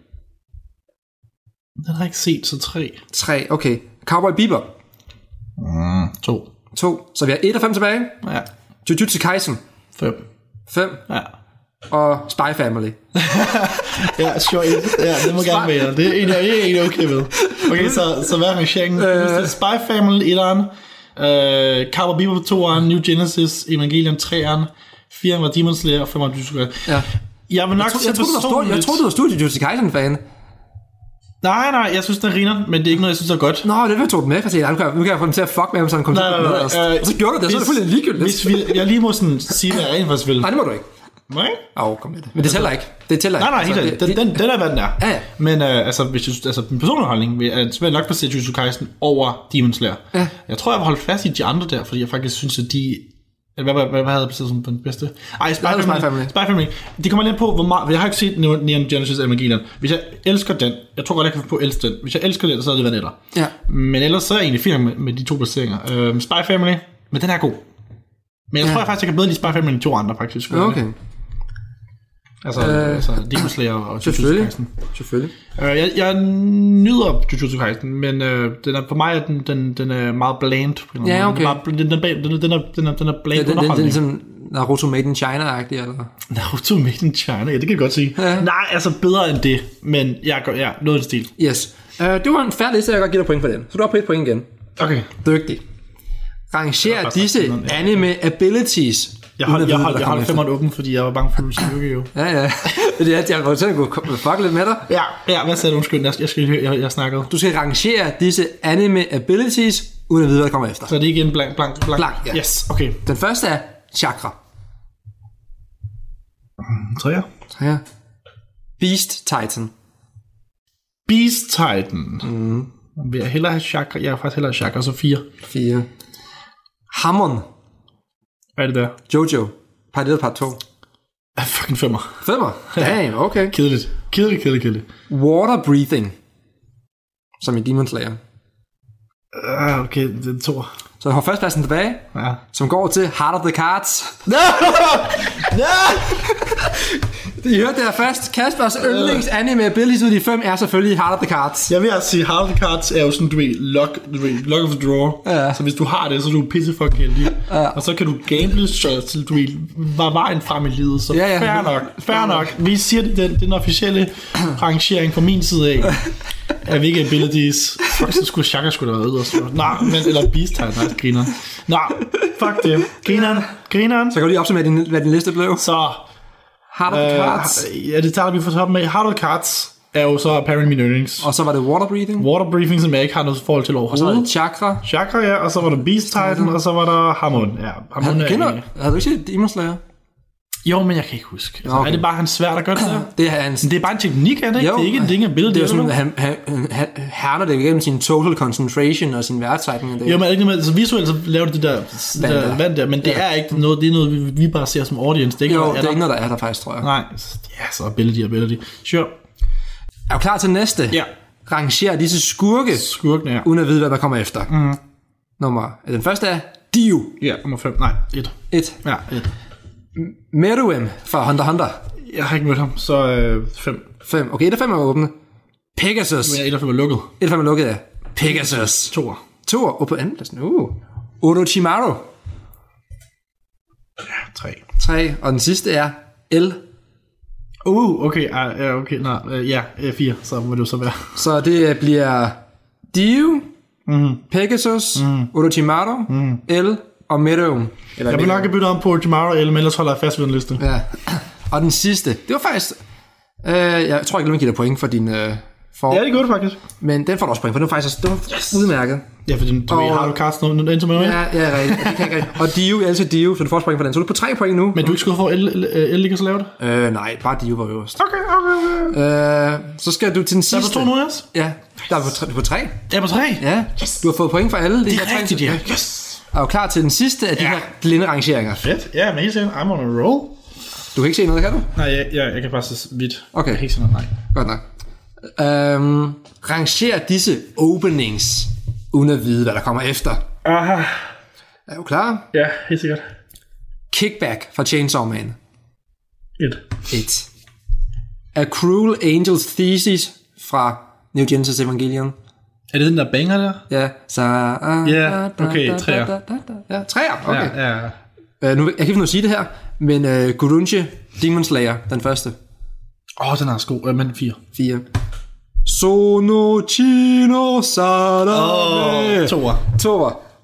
Den har jeg ikke set, så tre. Tre, okay. Cowboy Bebop. Mm, to. To. Så vi har et og fem tilbage. Ja. Jujutsu Kaisen. Fem. Fem. Ja. Og Spy Family. ja, sure. Ja, det må gerne være. Det er egentlig, jeg er egentlig okay med. Okay, så, så hvad er rangeringen? Uh, Spy Family, etteren. Uh, Cowboy Bebop, toeren. New Genesis Evangelion, treeren. fire var Demon Slayer, og fem var Jujutsu Kaisen. Ja. Jeg vil nok Jeg, tro, jeg, troede, du var stor, jeg troede, du var stor Jujutsu Kaisen-fan. Nej, nej, jeg synes, den griner, men det er ikke noget, jeg synes er godt. Nå, det vil jeg tog den med, for jeg nu kan jeg få dem til at fuck med ham, så han kom til at med os. Og så gjorde du det, så er det fuldstændig ligegyldigt. Hvis vi, jeg lige må sådan sige, hvad jeg rent faktisk vil. Nej, det må du ikke. Nej? Åh, oh, kom med det. Men det tæller ikke. Det tæller Nej, nej, ikke. helt altså, den, den, den er, hvad den er. Ja, ja. Men øh, altså, hvis jeg, altså, min personlige holdning vil jeg, så vil jeg nok placere Jujutsu Kaisen over Demon Slayer. Ja. Jeg tror, jeg vil holde fast i de andre der, fordi jeg faktisk synes, at de... Hvad, hvad, hvad, hvad havde jeg placeret som den bedste? Ej, Spy Family. Spy Family. Spy Family. Det kommer lidt på, hvor meget... Jeg har ikke set Neon Genesis Evangelion. Hvis jeg elsker den... Jeg tror godt, jeg kan få på at elske den. Hvis jeg elsker den, så er det Vanilla. Ja. Men ellers så er jeg egentlig fint med, med de to placeringer. Uh, Spy Family. Men den er god. Men jeg ja. tror jeg faktisk, jeg kan bedre lide Spy Family end de to andre, faktisk. Okay. Altså, øh, altså Demon Slayer og Jujutsu Kaisen. Selvfølgelig. Uh, jeg, jeg nyder Jujutsu Kaisen, men uh, den er, for mig er den, den, den er meget bland. Ja, okay. Den, den, den, den, den, den, er, den, er, den er bland ja, den, den, den er sådan Naruto Made in China-agtig, eller? Naruto Made in China, ja, det kan jeg godt sige. Ja. Nej, altså bedre end det, men jeg gør ja, noget af stil. Yes. Uh, det var en færdig liste, jeg kan godt give dig point for den. Så du har på et point igen. Okay. Dygtig. Ranger disse anime abilities. Jeg holdt, jeg holdt, jeg holdt femmeren åben, fordi jeg var bange for, at du styrke jo. Ja, ja. Det er, at jeg var sådan, at kunne fuck lidt med dig. Ja, ja, hvad sagde du? Undskyld, jeg, jeg, jeg, jeg, jeg snakkede. Du skal rangere disse anime abilities, uden at vide, hvad der kommer efter. Så det er ikke en blank, blank, blank? Blank, ja. Yes, okay. Den første er chakra. Træer. Træer. Beast Titan. Beast Titan. Mm. Vil jeg hellere have chakra? Jeg har faktisk hellere have chakra, så fire. Fire. Hamon. Hvad er det der? Jojo. Part et og part to. Ah, fucking femmer. Femmer? Damn, okay. Kedeligt. Kedeligt, kedeligt, kedeligt. Water breathing. Som i Demon Slayer. Ah, okay, det er to. Så jeg har førstpladsen tilbage, ja. Som går til Heart of the Cards. No! No! I hørte det her først. Kaspers yndlings anime abilities ud af de fem er selvfølgelig Heart of the Cards. Jeg vil altså sige, Heart of the Cards er jo sådan, du ved, lock, du ved, lock of the drawer. Ja. Så hvis du har det, så er du pisse fucking heldig. Ja. Og så kan du gamble, så du ved, var vejen frem i livet. Så ja, ja. fair nok, fair nok. Vi siger det, den, den officielle rangering fra min side af. Er vi ikke abilities? Fuck, så skulle Shaka skulle have været ude og slå. Nej, men, eller Beast Titan, nej, griner. Nej, fuck det. Grineren, grineren. Så kan du lige opsummere, din, hvad din liste blev. Så... Heart of the Cards. Uh, ja, det tager vi for toppen med. Heart of the Cards er jo så apparently min yndlings. Og så var det Water Breathing. Water Breathing, som jeg ikke har noget forhold til overhovedet. Og så var det Chakra. Chakra, ja. Og så var der Beast Titan, og så var der Hamon. Ja, Hamon er kender, havde du ikke set Demon Slayer? Jo, men jeg kan ikke huske. Altså, okay. Er det bare hans svært at gøre det der? Det er, hans... det er bare en teknik, er det ikke? Jo, det er ikke en ting af billedet. Det er jo sådan, at han, han, han herner det igennem sin total concentration og sin værtsejtning. Jo, men er det ikke noget, så visuelt så laver det det der vand der, vand der men det ja. er ikke noget, det er noget, vi, vi bare ser som audience. Det er ikke jo, noget, det er der. Ikke noget, der er der faktisk, tror jeg. Nej, ja, så ability, ability. Sure. Er du klar til næste? Ja. Ranger disse skurke, Skurkene, ja. Uden at vide, hvad der kommer efter. Mm. Nummer, den første er Dio. Ja, nummer fem. Nej, et. Et. Ja, et. Meruem fra Hunter x Hunter. Jeg har ikke mødt ham, så øh, fem. Fem. Okay, et af fem er åbne. Pegasus. Men et af fem er lukket. Et af fem er lukket, ja. Pegasus. Toer. Toer. Og på anden pladsen. Uh. Orochimaru. Ja, tre. Tre. Og den sidste er L. Uh, okay. Ja, uh, okay. Nej, uh, ja, uh, fire. Så må det jo så være. Så det bliver Dio, mm-hmm. Pegasus, mm-hmm. Orochimaru, mm-hmm. L og Meruem. Eller jeg vil nok have byttet om på Orochimaru, eller ellers holder jeg fast ved den liste. Ja. Og den sidste, det var faktisk... Øh, jeg tror ikke, at give dig point for din... Øh, for, ja, det gjorde det faktisk. Men den får du også point for, den var faktisk det var yes. udmærket. Ja, for den, du og, har du Cards nu, endte med ja, ja, rigtigt. Og Dio, jeg elsker Dio, så du får point for den. Så du er på tre point nu. Men du er ikke skulle få L ikke så lavt? Øh, nej, bare Dio var øverst. Okay, okay, okay. Øh, så skal du til den sidste. Der er på to nu, yes? Ja, der er på tre. Du er på tre. Jeg er på tre? Ja, yes. Du har fået point for alle. Det er de rigtigt, ja. Yes. Er du klar til den sidste af de ja. her blinde rangeringer? Fedt. Ja, men helt sikkert. I'm on a roll. Du kan ikke se noget, kan du? Nej, jeg, jeg, jeg kan bare se vidt. Okay. Jeg kan ikke se noget, nej. Godt nok. Øhm, ranger disse openings, uden at vide, hvad der kommer efter. Aha. Er du klar? Ja, helt sikkert. Kickback fra Chainsaw Man. Et. Et. A Cruel Angel's Thesis fra New Genesis Evangelion. Er det den der banger der? Ja. Så, uh, ja, okay, træer. Ja, træer, okay. Ja, ja. Uh, nu, jeg kan ikke finde at sige det her, men uh, Gurunchi Demon Slayer, den første. Åh, oh, den er god, uh, men fire. Fire. Sono Chino Sadame. Åh, oh, toer. Toer.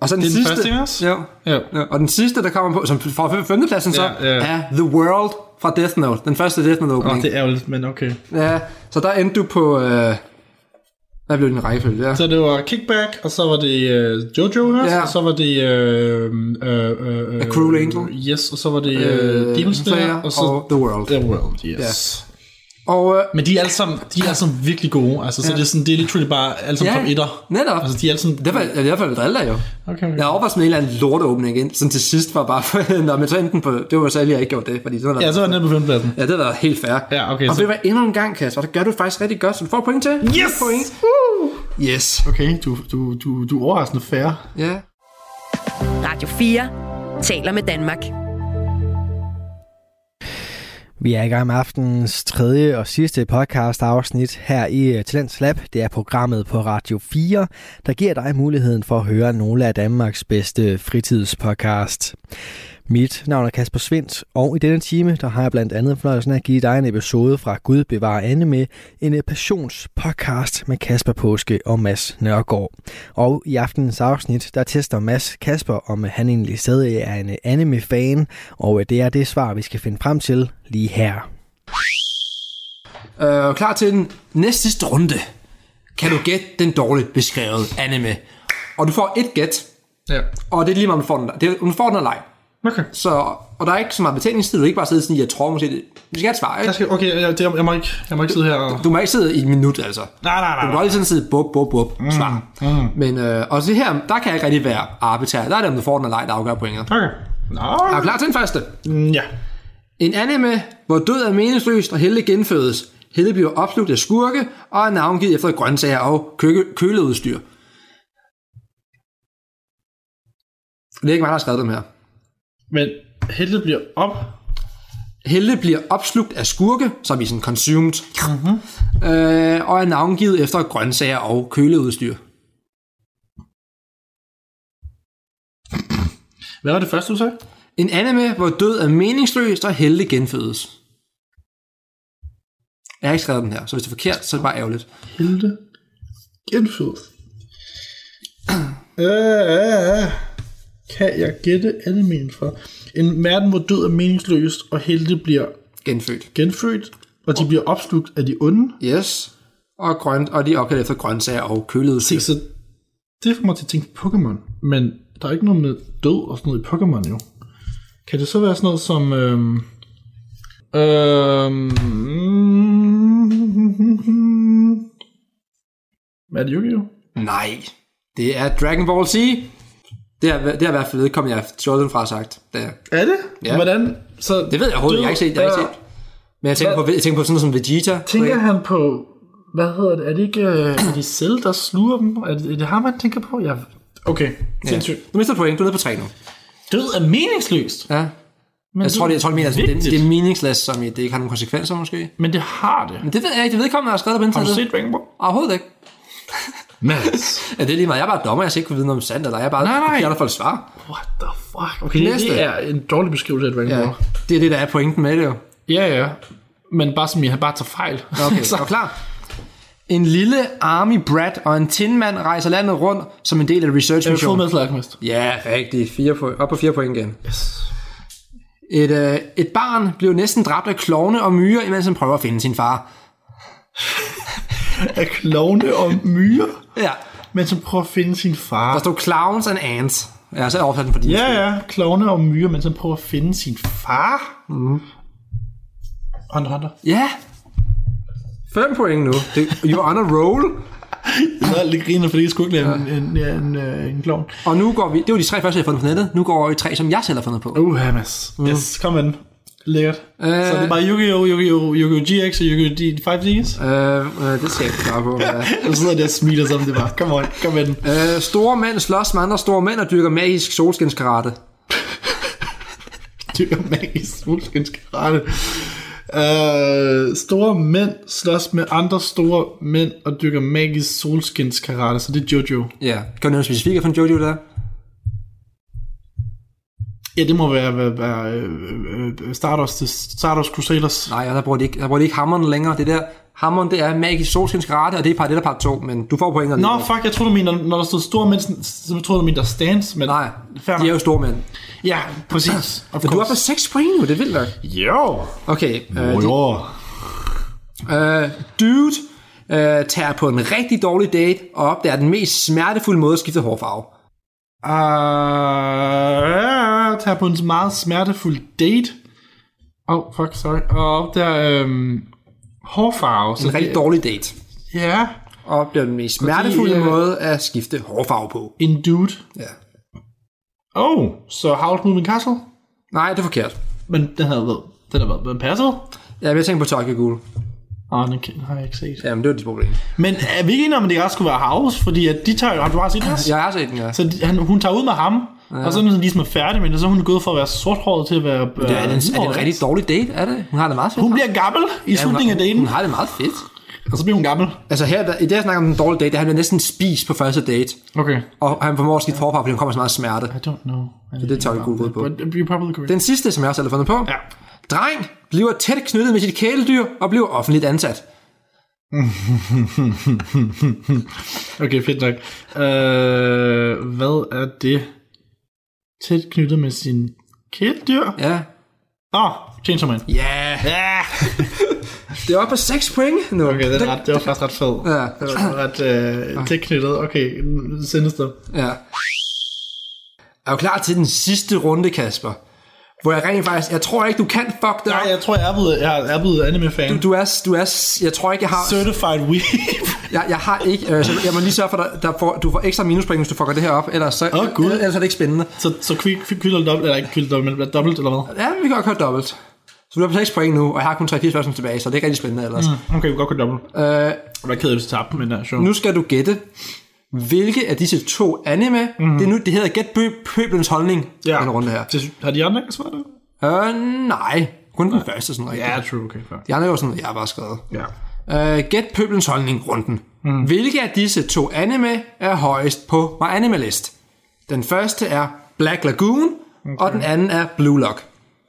Og så den, det er sidste, den første, ikke også? Jo. Ja. Ja. Og den sidste, der kommer på, som får femtepladsen så, Ja, ja. er The World fra Death Note. Den første Death Note Åh, åbning. oh, det er ærgerligt, men okay. Ja, så der endte du på... Øh, hvad blev din rækkefølge? Ja. Så det var Kickback, og så var det uh, Jojo også, Ja. og så var det... Uh, uh, uh, A Cruel Angel. Yes, og så var det uh, Øh, Demon Slayer, og, og så og The World. The World, yes. Og, øh, Men de er alle sammen, de er alle sammen virkelig gode, altså, så Ja. det er sådan, det er literally bare alle sammen Ja, top etter. netop. Altså, de er alle sammen... det var i hvert fald drille dig jo. Okay, okay. Jeg overvejede med en eller anden lorteåbning ind, sådan til sidst for bare for, når man så enten på, det var så jeg ikke gjort det, fordi sådan Ja, så var den nede på femtepladsen. Ja, det var helt fair. Ja, okay, og så- det var endnu en gang, Kasper, det gør du faktisk rigtig godt, så du får point til. Yes! Point. Uh! Yes. Okay, du, du, du, du er overraskende fair. Ja. Radio fire taler med Danmark. Vi er i gang med aftenens tredje og sidste podcast afsnit her i Talents Lab. Det er programmet på Radio fire, der giver dig muligheden for at høre nogle af Danmarks bedste fritidspodcast. Mit navn er Kasper Svindt, og i denne time der har jeg blandt andet fornøjelsen af at give dig en episode fra Gud bevarer anime, en passionspodcast med Kasper Påske og Mads Nørgaard. Og i aftenens afsnit, der tester Mads Kasper, om han egentlig stadig er en anime-fan, og det er det svar, vi skal finde frem til lige her. Øh, klar til den næste sidste runde. Kan du gætte den dårligt beskrevet anime? Og du får et gæt, Ja. og det er lige meget, om du får den, det er, om du får den eller ej. Okay. Så, og der er ikke så meget betænkningstid, du kan ikke bare sidde sådan, jeg tror måske, det, vi skal have et svar, ikke? Jeg skal, okay, jeg, det, jeg, må ikke, jeg må ikke sidde her og... Du må ikke sidde i et minut, altså. Nej, nej, Du nej. kan godt lige sådan sidde, bup, bup, bup, svar. Mm, mm. Men øh, også det her, der kan jeg ikke rigtig være arbitrer. Der er det, om du får den eller ej, der afgør pointet. Okay. Nå. Er du klar til den første? Mm, ja. En anime, hvor død er meningsløst og helte genfødes. Helte bliver opslugt af skurke og er navngivet efter grøntsager og kø- køleudstyr. Det er ikke mig, der har skrevet dem her. Men helte bliver op... Helte bliver opslugt af skurke, som i sådan consumed, mm-hmm. øh, og er navngivet efter grøntsager og køleudstyr. Hvad var det første, du sagde? En anime, hvor død er meningsløst og helte genfødes. Jeg har ikke skrevet den her, så hvis det er forkert, så er det bare ærgerligt. Helte genfød. Øh, kan jeg gætte animen for? En verden, hvor død er meningsløst, og helte bliver Genfødt. genfødt, og de bliver opslugt af de onde. Yes. Og, grønt, og de er opkaldt efter grøntsager og køleudstyr. Se, så det får mig til at tænke på Pokémon, men der er ikke noget med død og sådan noget i Pokémon jo. Kan det så være sådan noget som... Øhm, øhm, hvad er det, Yu-Gi-Oh? Nej, det er Dragon Ball Z. Det har, det har i hvert fald vedkommende, jeg har stjålet den fra sagt. Det, er. Er det? Ja. Hvordan? Så det ved jeg overhovedet, jeg har ikke set. Jeg har ikke set. Men jeg tænker, på, jeg tænker på sådan noget som Vegeta. Tænker han på... Hvad hedder det? Er det ikke er det Cell, der sluger dem? Er det, er det ham, man tænker på? Ja. Okay, sindssygt. Ja. Du mister point, du er nede på tre nu. Død er meningsløst. Ja. Men Jeg tror, det, jeg tror, det mener, at det, vigtigt. det er meaningless, som i, det ikke har nogen konsekvenser måske. Men det har det. Men det ved jeg ikke, det vedkommende, jeg har skrevet på Har du internettet. set Dragon Ball? Overhovedet ikke. Mads. Ja, det er lige meget. Jeg er bare dommer, jeg skal ikke kunne vide noget om sandt, eller jeg er bare Nej, nej. fjerner folk svar. What the fuck? Okay, det, Næste. det er en dårlig beskrivelse af Dragon Ball. Ja, det er det, der er pointen med det jo. Ja, ja. Men bare som jeg bare tager fejl. Okay, så er du klar? En lille army brat og en tinmand rejser landet rundt som en del af research Jeg vil få mission. med til Alchemist. Ja, rigtigt. Fire point. Op på fire point igen. Yes. Et, øh, et barn blev næsten dræbt af klovne og myrer, imens han prøver at finde sin far. Af klovne og myrer, Ja, men som prøver at finde sin far. der stod clowns and ants. Ja, så er jeg oversat den på din Ja, side. ja. Klovne og myrer, men som prøver at finde sin far. Mm. Hunter, Hunter. Ja. Fem point nu. Det, you're on a roll. Jeg er lidt griner, fordi jeg skulle ikke lave en, en, en, en, en klovn. Og nu går vi... Det var de tre første, jeg har fundet på nettet. Nu går vi tre, som jeg selv har fundet på. Uh, Hamas. Mm. Yes, kom med den. Lækkert. Øh. Så det er bare Yu-Gi-Oh, Yu-Gi-Oh, Yu-Gi-Oh G X og Yu-Gi-Oh D fem Ds. Øh, øh, det skal jeg ikke klare på. Ja. Så sidder der og smiler sammen, det bare. Kom on, kom med den. Øh, store mænd slås med andre store mænd og dyrker magisk solskinskarate. Dyrker magisk solskinskarate. Uh, store mænd slås med andre store mænd og dyrker magisk solskinskarate, så det er Jojo. Ja. Kan du nævne specifikt, for en Jojo der? Ja, det må være, være, være øh, øh, Stardust, Stardust Crusaders. Nej, der bruger de ikke, der bruger de ikke hammeren længere. Det der Hammeren, det er Magisk Solskinskarate, og det er part et og part to, men du får pointet. Nå, fuck, jeg tror du mener, når der stod store mænd, så tror du mener stands, men... Nej, de er jo store mænd. Ja, præcis. Men du er på seks point nu, det er vildt nok. Jo. Okay. Øh, jo. Øh, dude øh, tager på en rigtig dårlig date, og opdager den mest smertefulde måde at skifte hårfarve. Uh, tager på en meget smertefuld date. Oh, fuck, sorry. Og opdager øhm, hårfarve. En rigtig dårlig date. Ja. Og opdager den mest smertefulde øh, måde at skifte hårfarve på. En dude. Ja. Oh, så Howl's Moving Castle? Nej, det er forkert. Men den havde været, den har været, været passet? Ja, jeg tænker på Tokyo Ghoul. Åh, oh, den har jeg ikke set. Jamen, det var dit problem. Men er vi ikke enige om, at det også skulle være House? Fordi at de tager, har du bare set det? Jeg har set den, ja. Så de, han, hun tager ud med ham, ja. Og så er den ligesom er færdig med det, så er hun gået fra at være sorthåret til at være... Det er, er, det en, er det en rigtig dårlig date, er det? Hun har det meget fedt. Hun bliver gammel i ja, slutningen af daten. Hun har det meget fedt. Og så bliver hun gammel. Altså her, der, i det jeg snakker om den dårlige date, der han bliver næsten spist på første date. Okay. Og han formår at skifte forfra, fordi han kommer så meget smerte. I don't know. Så det tager vi god på. på. Den sidste, som jeg også har fundet på. Ja. Dreng bliver tæt knyttet med sit kæledyr og bliver offentligt ansat. Okay, fedt nok. Uh, hvad er det? Tæt knyttet med sin kæledyr? Ja. Åh, oh, Chainsaw Man. Ja. Yeah. Yeah. Det er oppe på seks point nu. Okay, det, er ret, det var faktisk ret fedt. Ja. Det var ret uh, tæt knyttet. Okay, sendes det. Ja. Er du klar til den sidste runde, Kasper? Hvor jeg rent faktisk, jeg tror ikke, du kan fuck det. Nej, jeg tror, jeg er blevet, jeg er blevet anime-fan. Du, du, er, du er, jeg tror ikke, jeg har... Certified weeb. jeg, jeg har ikke, øh, så jeg må lige sørge for, at der får, du får ekstra minuspoint, hvis du fucker det her op, ellers, så, oh, God. ellers er det ikke spændende. Så, så kvild eller dobbelt, eller ikke kvild dobbelt, men dobbelt, eller hvad? Ja, vi kan godt køre dobbelt. Så du har på seks point nu, og jeg har kun tre fire spørgsmål tilbage, så det er ikke rigtig spændende ellers. Mm, okay, vi kan godt køre dobbelt. Øh, jeg var ked af, hvis jeg tabte, men uh, sure. Nu skal du gætte, hvilke af disse to anime, mm. det, nu, det hedder Gæt pøbelens holdning, ja. Den runde her. Det, har de andre ikke svaret det? Øh, nej. Kun den første sådan rigtig. Ja, true, okay, fair. De andre er jo sådan, jeg har bare skrevet. Ja. Øh, Gæt pøbelens holdning runden. Mm. Hvilke af disse to anime er højest på My Anime List? Den første er Black Lagoon, okay. Og den anden er Blue Lock.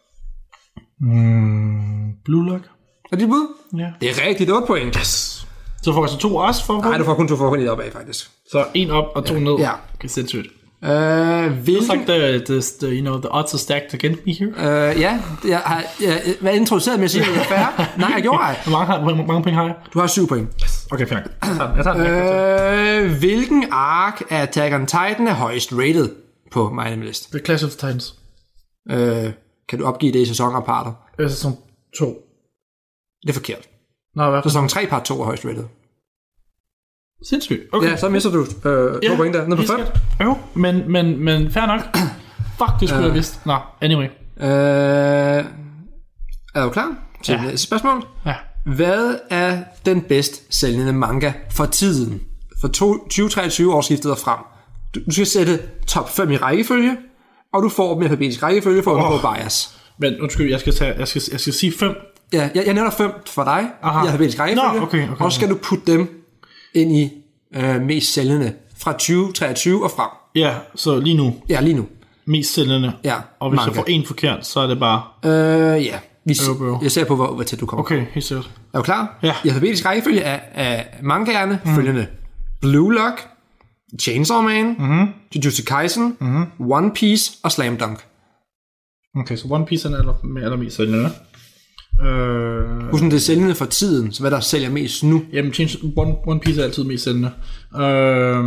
Mm, Blue Lock? Er det bud? Ja. Det er rigtigt, otte point. Yes. Så får jeg så to også for? Nej, du får kun to for lidt opad, faktisk. Så en op og to ja. ned? Ja. Okay, sindssygt. Uh, hvilken... It's like the, the, the, you know, the odds are stacked against me here. Uh, ja, jeg har jeg, jeg, introduceret med at sige, at det er fair. Nej, jeg gjorde jeg. Hvor mange, har, hvor mange point har jeg? Du har syv point. Yes. Okay, fair. Jeg tager den. Uh, hvilken ark af Attack on Titan er højst rated på My Anime List? The Clash of the Titans. Uh, kan du opgive det i sæsoner og parter? Øh, sæson to. Det er forkert. Nå, hvad? Sæson tre part to er højst rated. Sindssygt. Okay. Ja, så mister du øh, ja, to point der. Ned på fem. Jo, men, men, men fair nok. Fuck, det skulle uh, jeg vidste. Nå, anyway. Øh, er du klar til ja. næste spørgsmål? Ja. Hvad er den bedst sælgende manga for tiden? For tyve treogtyve årsskiftet og frem. Du, du skal sætte top fem i rækkefølge, og du får dem i alfabetisk rækkefølge for at undgå oh. bias. Men undskyld, jeg skal, tage, jeg skal, jeg skal sige fem. Ja, jeg, jeg nævner fem for dig. Aha. I alfabetisk rækkefølge. Nå, okay, okay, og så skal du putte dem ind i øh, mest sælgende fra tyve treogtyve og frem. Ja, så lige nu. Ja, lige nu. Mest sælgende. Ja, og hvis manga. jeg får en forkert, så er det bare... Øh, ja. Vi, øh, jeg ser på, hvor, hvor tæt du kommer. Okay, helt sikkert. Er du klar? Ja. I alfabetisk rækkefølge af, af mangaerne mm. følgende. Blue Lock, Chainsaw Man, mm-hmm. Jujutsu Kaisen, mm-hmm. One Piece og Slam Dunk. Okay, så One Piece er aller, allermest sælgende. Øh... Husk, det er sælgende for tiden, så hvad der sælger mest nu? Jamen, change, One, One Piece er altid mest sælgende. Øh...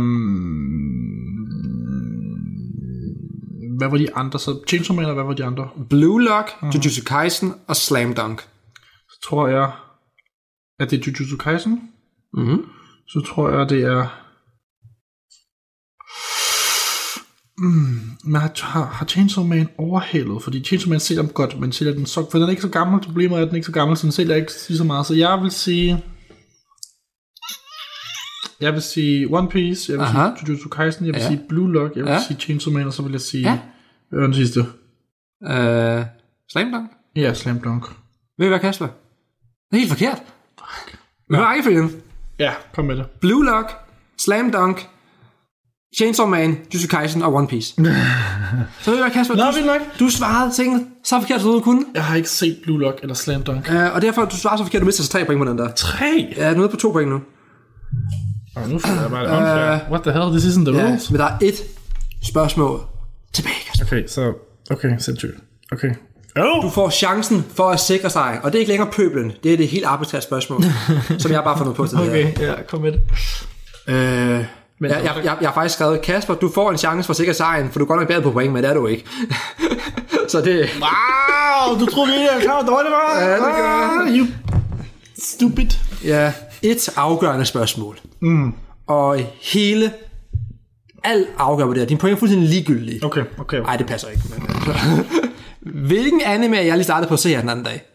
Hvad var de andre? Så Chainsaw Man, eller hvad var de andre? Blue Lock, mm. Jujutsu Kaisen og Slam Dunk. Så tror jeg, at det er Jujutsu Kaisen. Mm-hmm. Så tror jeg, det er... Mm, men har, har, har Chainsaw Man overhældet? Fordi Chainsaw Man sælger dem godt, men sælger den så... For den er ikke så gammel. Problemet er, at den ikke er så gammel, så den sælger ikke lige så meget. Så jeg vil sige... Jeg vil sige One Piece, jeg vil Aha. sige Jujutsu Kaisen, jeg vil ja. sige Blue Lock, jeg vil ja. sige Chainsaw Man, og så vil jeg sige... Ja. Hvad var den sidste? Uh, Slam Dunk? Ja, Slam Dunk. Ved du hvad, Kasper? Det er helt forkert. Hvad er rækkefølgen? Ja, kom med det. Blue Lock, Slam Dunk, Chainsaw Man, Jujutsu Kaisen og One Piece. Så ved du hvad, Kasper? Nå, du, vildt nok. du svarede tingene så forkert, som du kunne. Jeg har ikke set Blue Lock eller Slam Dunk. Uh, og derfor, du svarede så forkert, du mister så tre point på den der. Tre? Ja, du er nede på to point nu. Og nu føler jeg bare det unfair. Uh, What the hell, this isn't the ja, rules. men der er et spørgsmål tilbage, Kasper. Okay, så... Okay, sindssygt. Okay. Oh. Du får chancen for at sikre sig, og det er ikke længere pøblen, det er det helt arbitrære spørgsmål, som jeg bare får noget på til det okay, her. Okay, ja, kom med det. Øh... Men, jeg, jeg, jeg, jeg har faktisk skrevet, Kasper, du får en chance for at sikre sejren, for du er godt nok bedre på point, men det er du ikke. Så det... Wow, du troede virkelig, at jeg var dårlig, var? Ja, det gør jeg. You stupid. Ja, et afgørende spørgsmål. Mm. Og hele... Alt afgør på det her. Din point er fuldstændig ligegyldige. Okay, okay. Nej, det passer ikke. Men, altså. Hvilken anime er jeg lige startet på at se her den anden dag?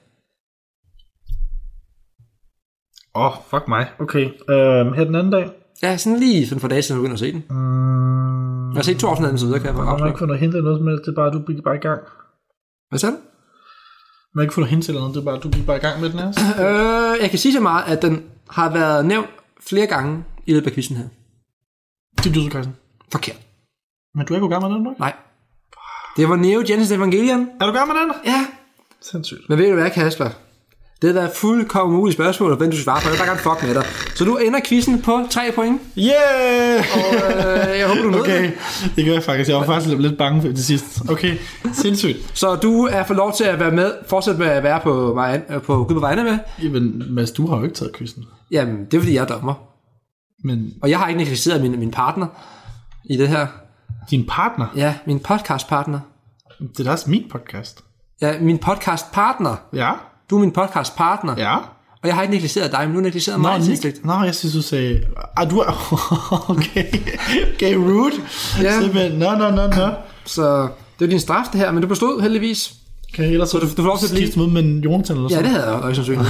Åh, oh, fuck mig. Okay, uh, her den anden dag? Ja, sådan lige for en par dage siden, jeg begyndte at se den. Mm. Jeg har set to afsnit af den, så videre kan jeg Jeg har ikke fundet noget hint eller noget som helst, det er bare, du gik bare i gang. Hvad sagde du? Jeg har ikke fundet hint eller noget, det er bare, du gik bare i gang med den her. øh, jeg kan sige så meget, at den har været nævnt flere gange i løbet af quizzen her. Det er Jujutsu Kaisen. Forkert. Men du er ikke i gang med den, nok? Nej. Det var Neo Genesis Evangelion. Er du i gang med den? Ja. Sindssygt. Men ved du hvad, Kasper? Det har været fuldkommen muligt spørgsmål, og hvem du skal svare på. Jeg vil bare gerne fuck med dig. Så du ender quizzen på tre point. Yeah! Og øh, jeg håber, du nåede okay. det. Det gør jeg faktisk. Jeg var faktisk lidt bange for det sidste. Okay, sindssygt. Så du er fået lov til at være med, fortsætte med at være på, på Gud på vegne med. Jamen, Mads, du har jo ikke taget quizzen. Jamen, det er fordi, jeg er dommer. Men... Og jeg har ikke negligeret min, min partner i det her. Din partner? Ja, min podcastpartner. Det er også min podcast. Ja, min podcastpartner. Ja. Du er min podcastpartner. Ja. Og jeg har ikke negligeret dig, men du negligeret mig. Nå, Nå, jeg synes, du sagde... Ah, du er... Okay. Okay, rude. Ja. Simpelthen. Nå, nå, nå, nå. Så det er din straf, det her, men du bestod heldigvis. Okay, ellers så du, du får lov til at skifte med med Jonathan eller sådan. Ja, det havde jeg også sandsynligt.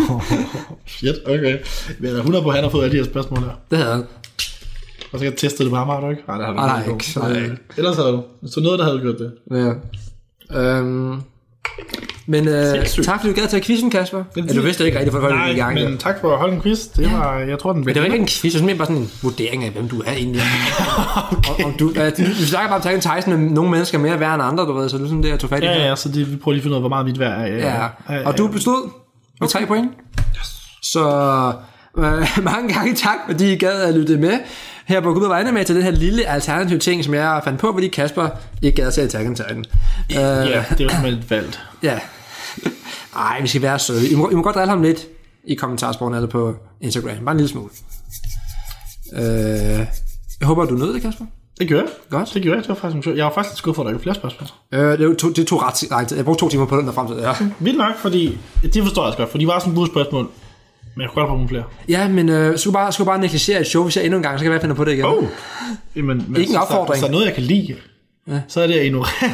Shit, okay. Men er hundrede på, han har fået alle de her spørgsmål her. Det havde jeg. Og så kan jeg teste det på ham, har du ikke? Nej, det har du nej, ikke. Så, nej, ikke. Ellers havde du. Så noget, der havde gjort det. Ja. Øhm... Men øh, tak fordi du gad til at quizzen, Kasper. Ja, du vidste ikke rigtigt, for at holde i gang. Nej, men tak for at holde en quiz. Det var, jeg tror, den men det var ikke en quiz, det var bare sådan en vurdering af, hvem du er egentlig. Okay. Om, om du, øh, vi snakker bare om Attack on Titan, med nogle mennesker mere værd end andre, du ved, så det er sådan det, jeg tog fat i. Ja, ja, så det, vi prøver lige at finde ud af, hvor meget mit værd er. Ja, ja. Ja, ja. Og du bestod med tre point. Så øh, mange gange tak, fordi I gad at lytte med her på Gud og vegne med til den her lille alternative ting, som jeg fandt på, fordi Kasper ikke gad at se Attack on Titan. Ja, det var simpelthen valgt. Ja. Ej, vi skal være søde. I må, I må godt drille ham lidt i kommentarsporene eller på Instagram. Bare en lille smule. Øh, jeg håber, du nåede det, Kasper. Det gør jeg. Godt. Det gør jeg. Det var faktisk, jeg var faktisk lidt skuffet, for at der ikke flere spørgsmål. Øh, det, tog, det tog ret lang tid. Jeg brugte to timer på den der fremtid. Ja. Vildt nok, fordi det forstår jeg godt, for de var sådan gode spørgsmål. Men jeg kunne godt få nogle flere. Ja, men øh, skulle bare, skulle bare negligere et show, hvis jeg endnu en gang, så kan jeg være finde på det igen. Oh. Jamen, men ikke en opfordring. Hvis der er noget, jeg kan lide, ja. Så er det at ignorere.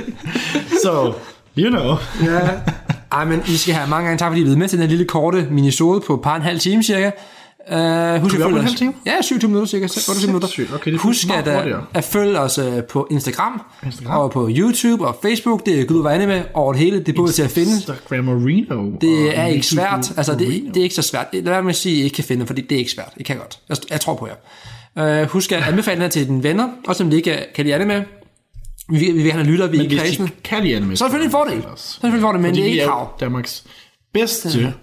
Så, you know. Ja. Ej, men I skal have mange gange tak, fordi I er med til den lille korte minisode på par en halv time cirka. Uh, husk at følge os. Ja, syvogtyve minutter cirka. otteogtyve minutter. Okay, husk at, uh, at følge os uh, på Instagram, Instagram og på YouTube og Facebook. Det er Gud og vegne med over det hele. Det er både til at finde. Instagrammerino. Det er ikke svært. Altså, det, det er ikke så svært. Lad være med at sige, at I ikke kan finde, fordi det er ikke svært. Det kan godt. Jeg, jeg tror på jer. Uh, husk at anbefale den til dine venner, også som de ikke kan lide anime. Vi, vi vil have lytter, vi men i kredsen. Kan lide anime. Så er det selvfølgelig en fordel. Så er det selvfølgelig en fordel, men fordi det er ikke krav. Danmarks bedste...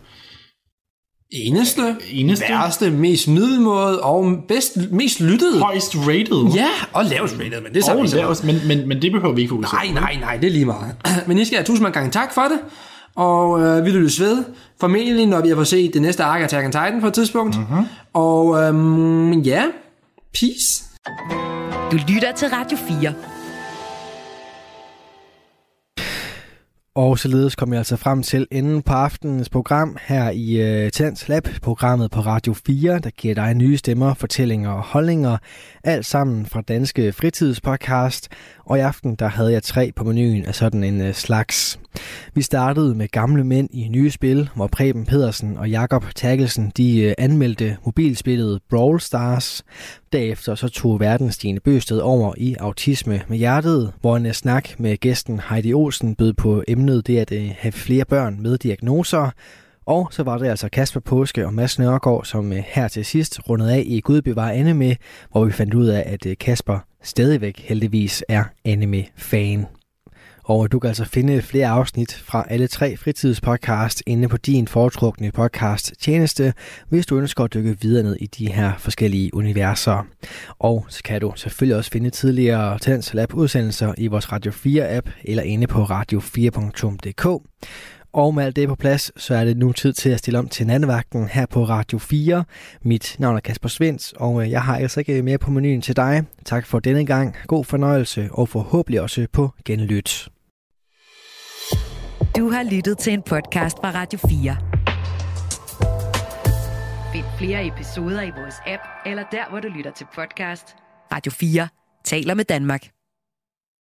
Eneste, Eneste, værste, mest middelmåde og bedst, mest lyttede. Højst rated. Ja, og lavest rated, men det er og lavest, men, men, men det behøver vi ikke fokusere. Nej, nej, nej, det er lige meget. Men I skal have tusind gange tak for det, og øh, vi lyttes ved. Formentlig, når vi har fået set det næste ark af Attack on Titan på et tidspunkt. Mm-hmm. Og øhm, ja, peace. Du lytter til Radio fire. Og således kom jeg altså frem til enden på aftenens program her i uh, Tens Lab, programmet på Radio fire, der giver dig nye stemmer, fortællinger og holdninger, alt sammen fra Danske Fritidspodcast. Og i aften der havde jeg tre på menuen af sådan en uh, slags. Vi startede med gamle mænd i nye spil, hvor Preben Pedersen og Jakob Terkelsen de uh, anmeldte mobilspillet Brawl Stars. Derefter så tog verden Stine Bøsted over i Autisme med hjertet, hvor en snak med gæsten Heidi Olsen bød på emnet det at have flere børn med diagnoser. Og så var det altså Kasper Påske og Mads Nørgaard, som her til sidst rundede af i Gud bevar anime, hvor vi fandt ud af, at Kasper stadigvæk heldigvis er anime-fan. Og du kan altså finde flere afsnit fra alle tre fritidspodcast inde på din foretrukne podcast tjeneste, hvis du ønsker at dykke videre ned i de her forskellige universer. Og så kan du selvfølgelig også finde tidligere Talentlab udsendelser i vores Radio fire app eller inde på radio fire punktum d k. Og med alt det på plads, så er det nu tid til at stille om til nattevagten her på Radio fire. Mit navn er Kasper Svens, og jeg har altså ikke mere på menuen til dig. Tak for denne gang. God fornøjelse, og forhåbentlig også på genlyt. Du har lyttet til en podcast fra Radio fire. Find flere episoder i vores app, eller der, hvor du lytter til podcast. Radio fire taler med Danmark.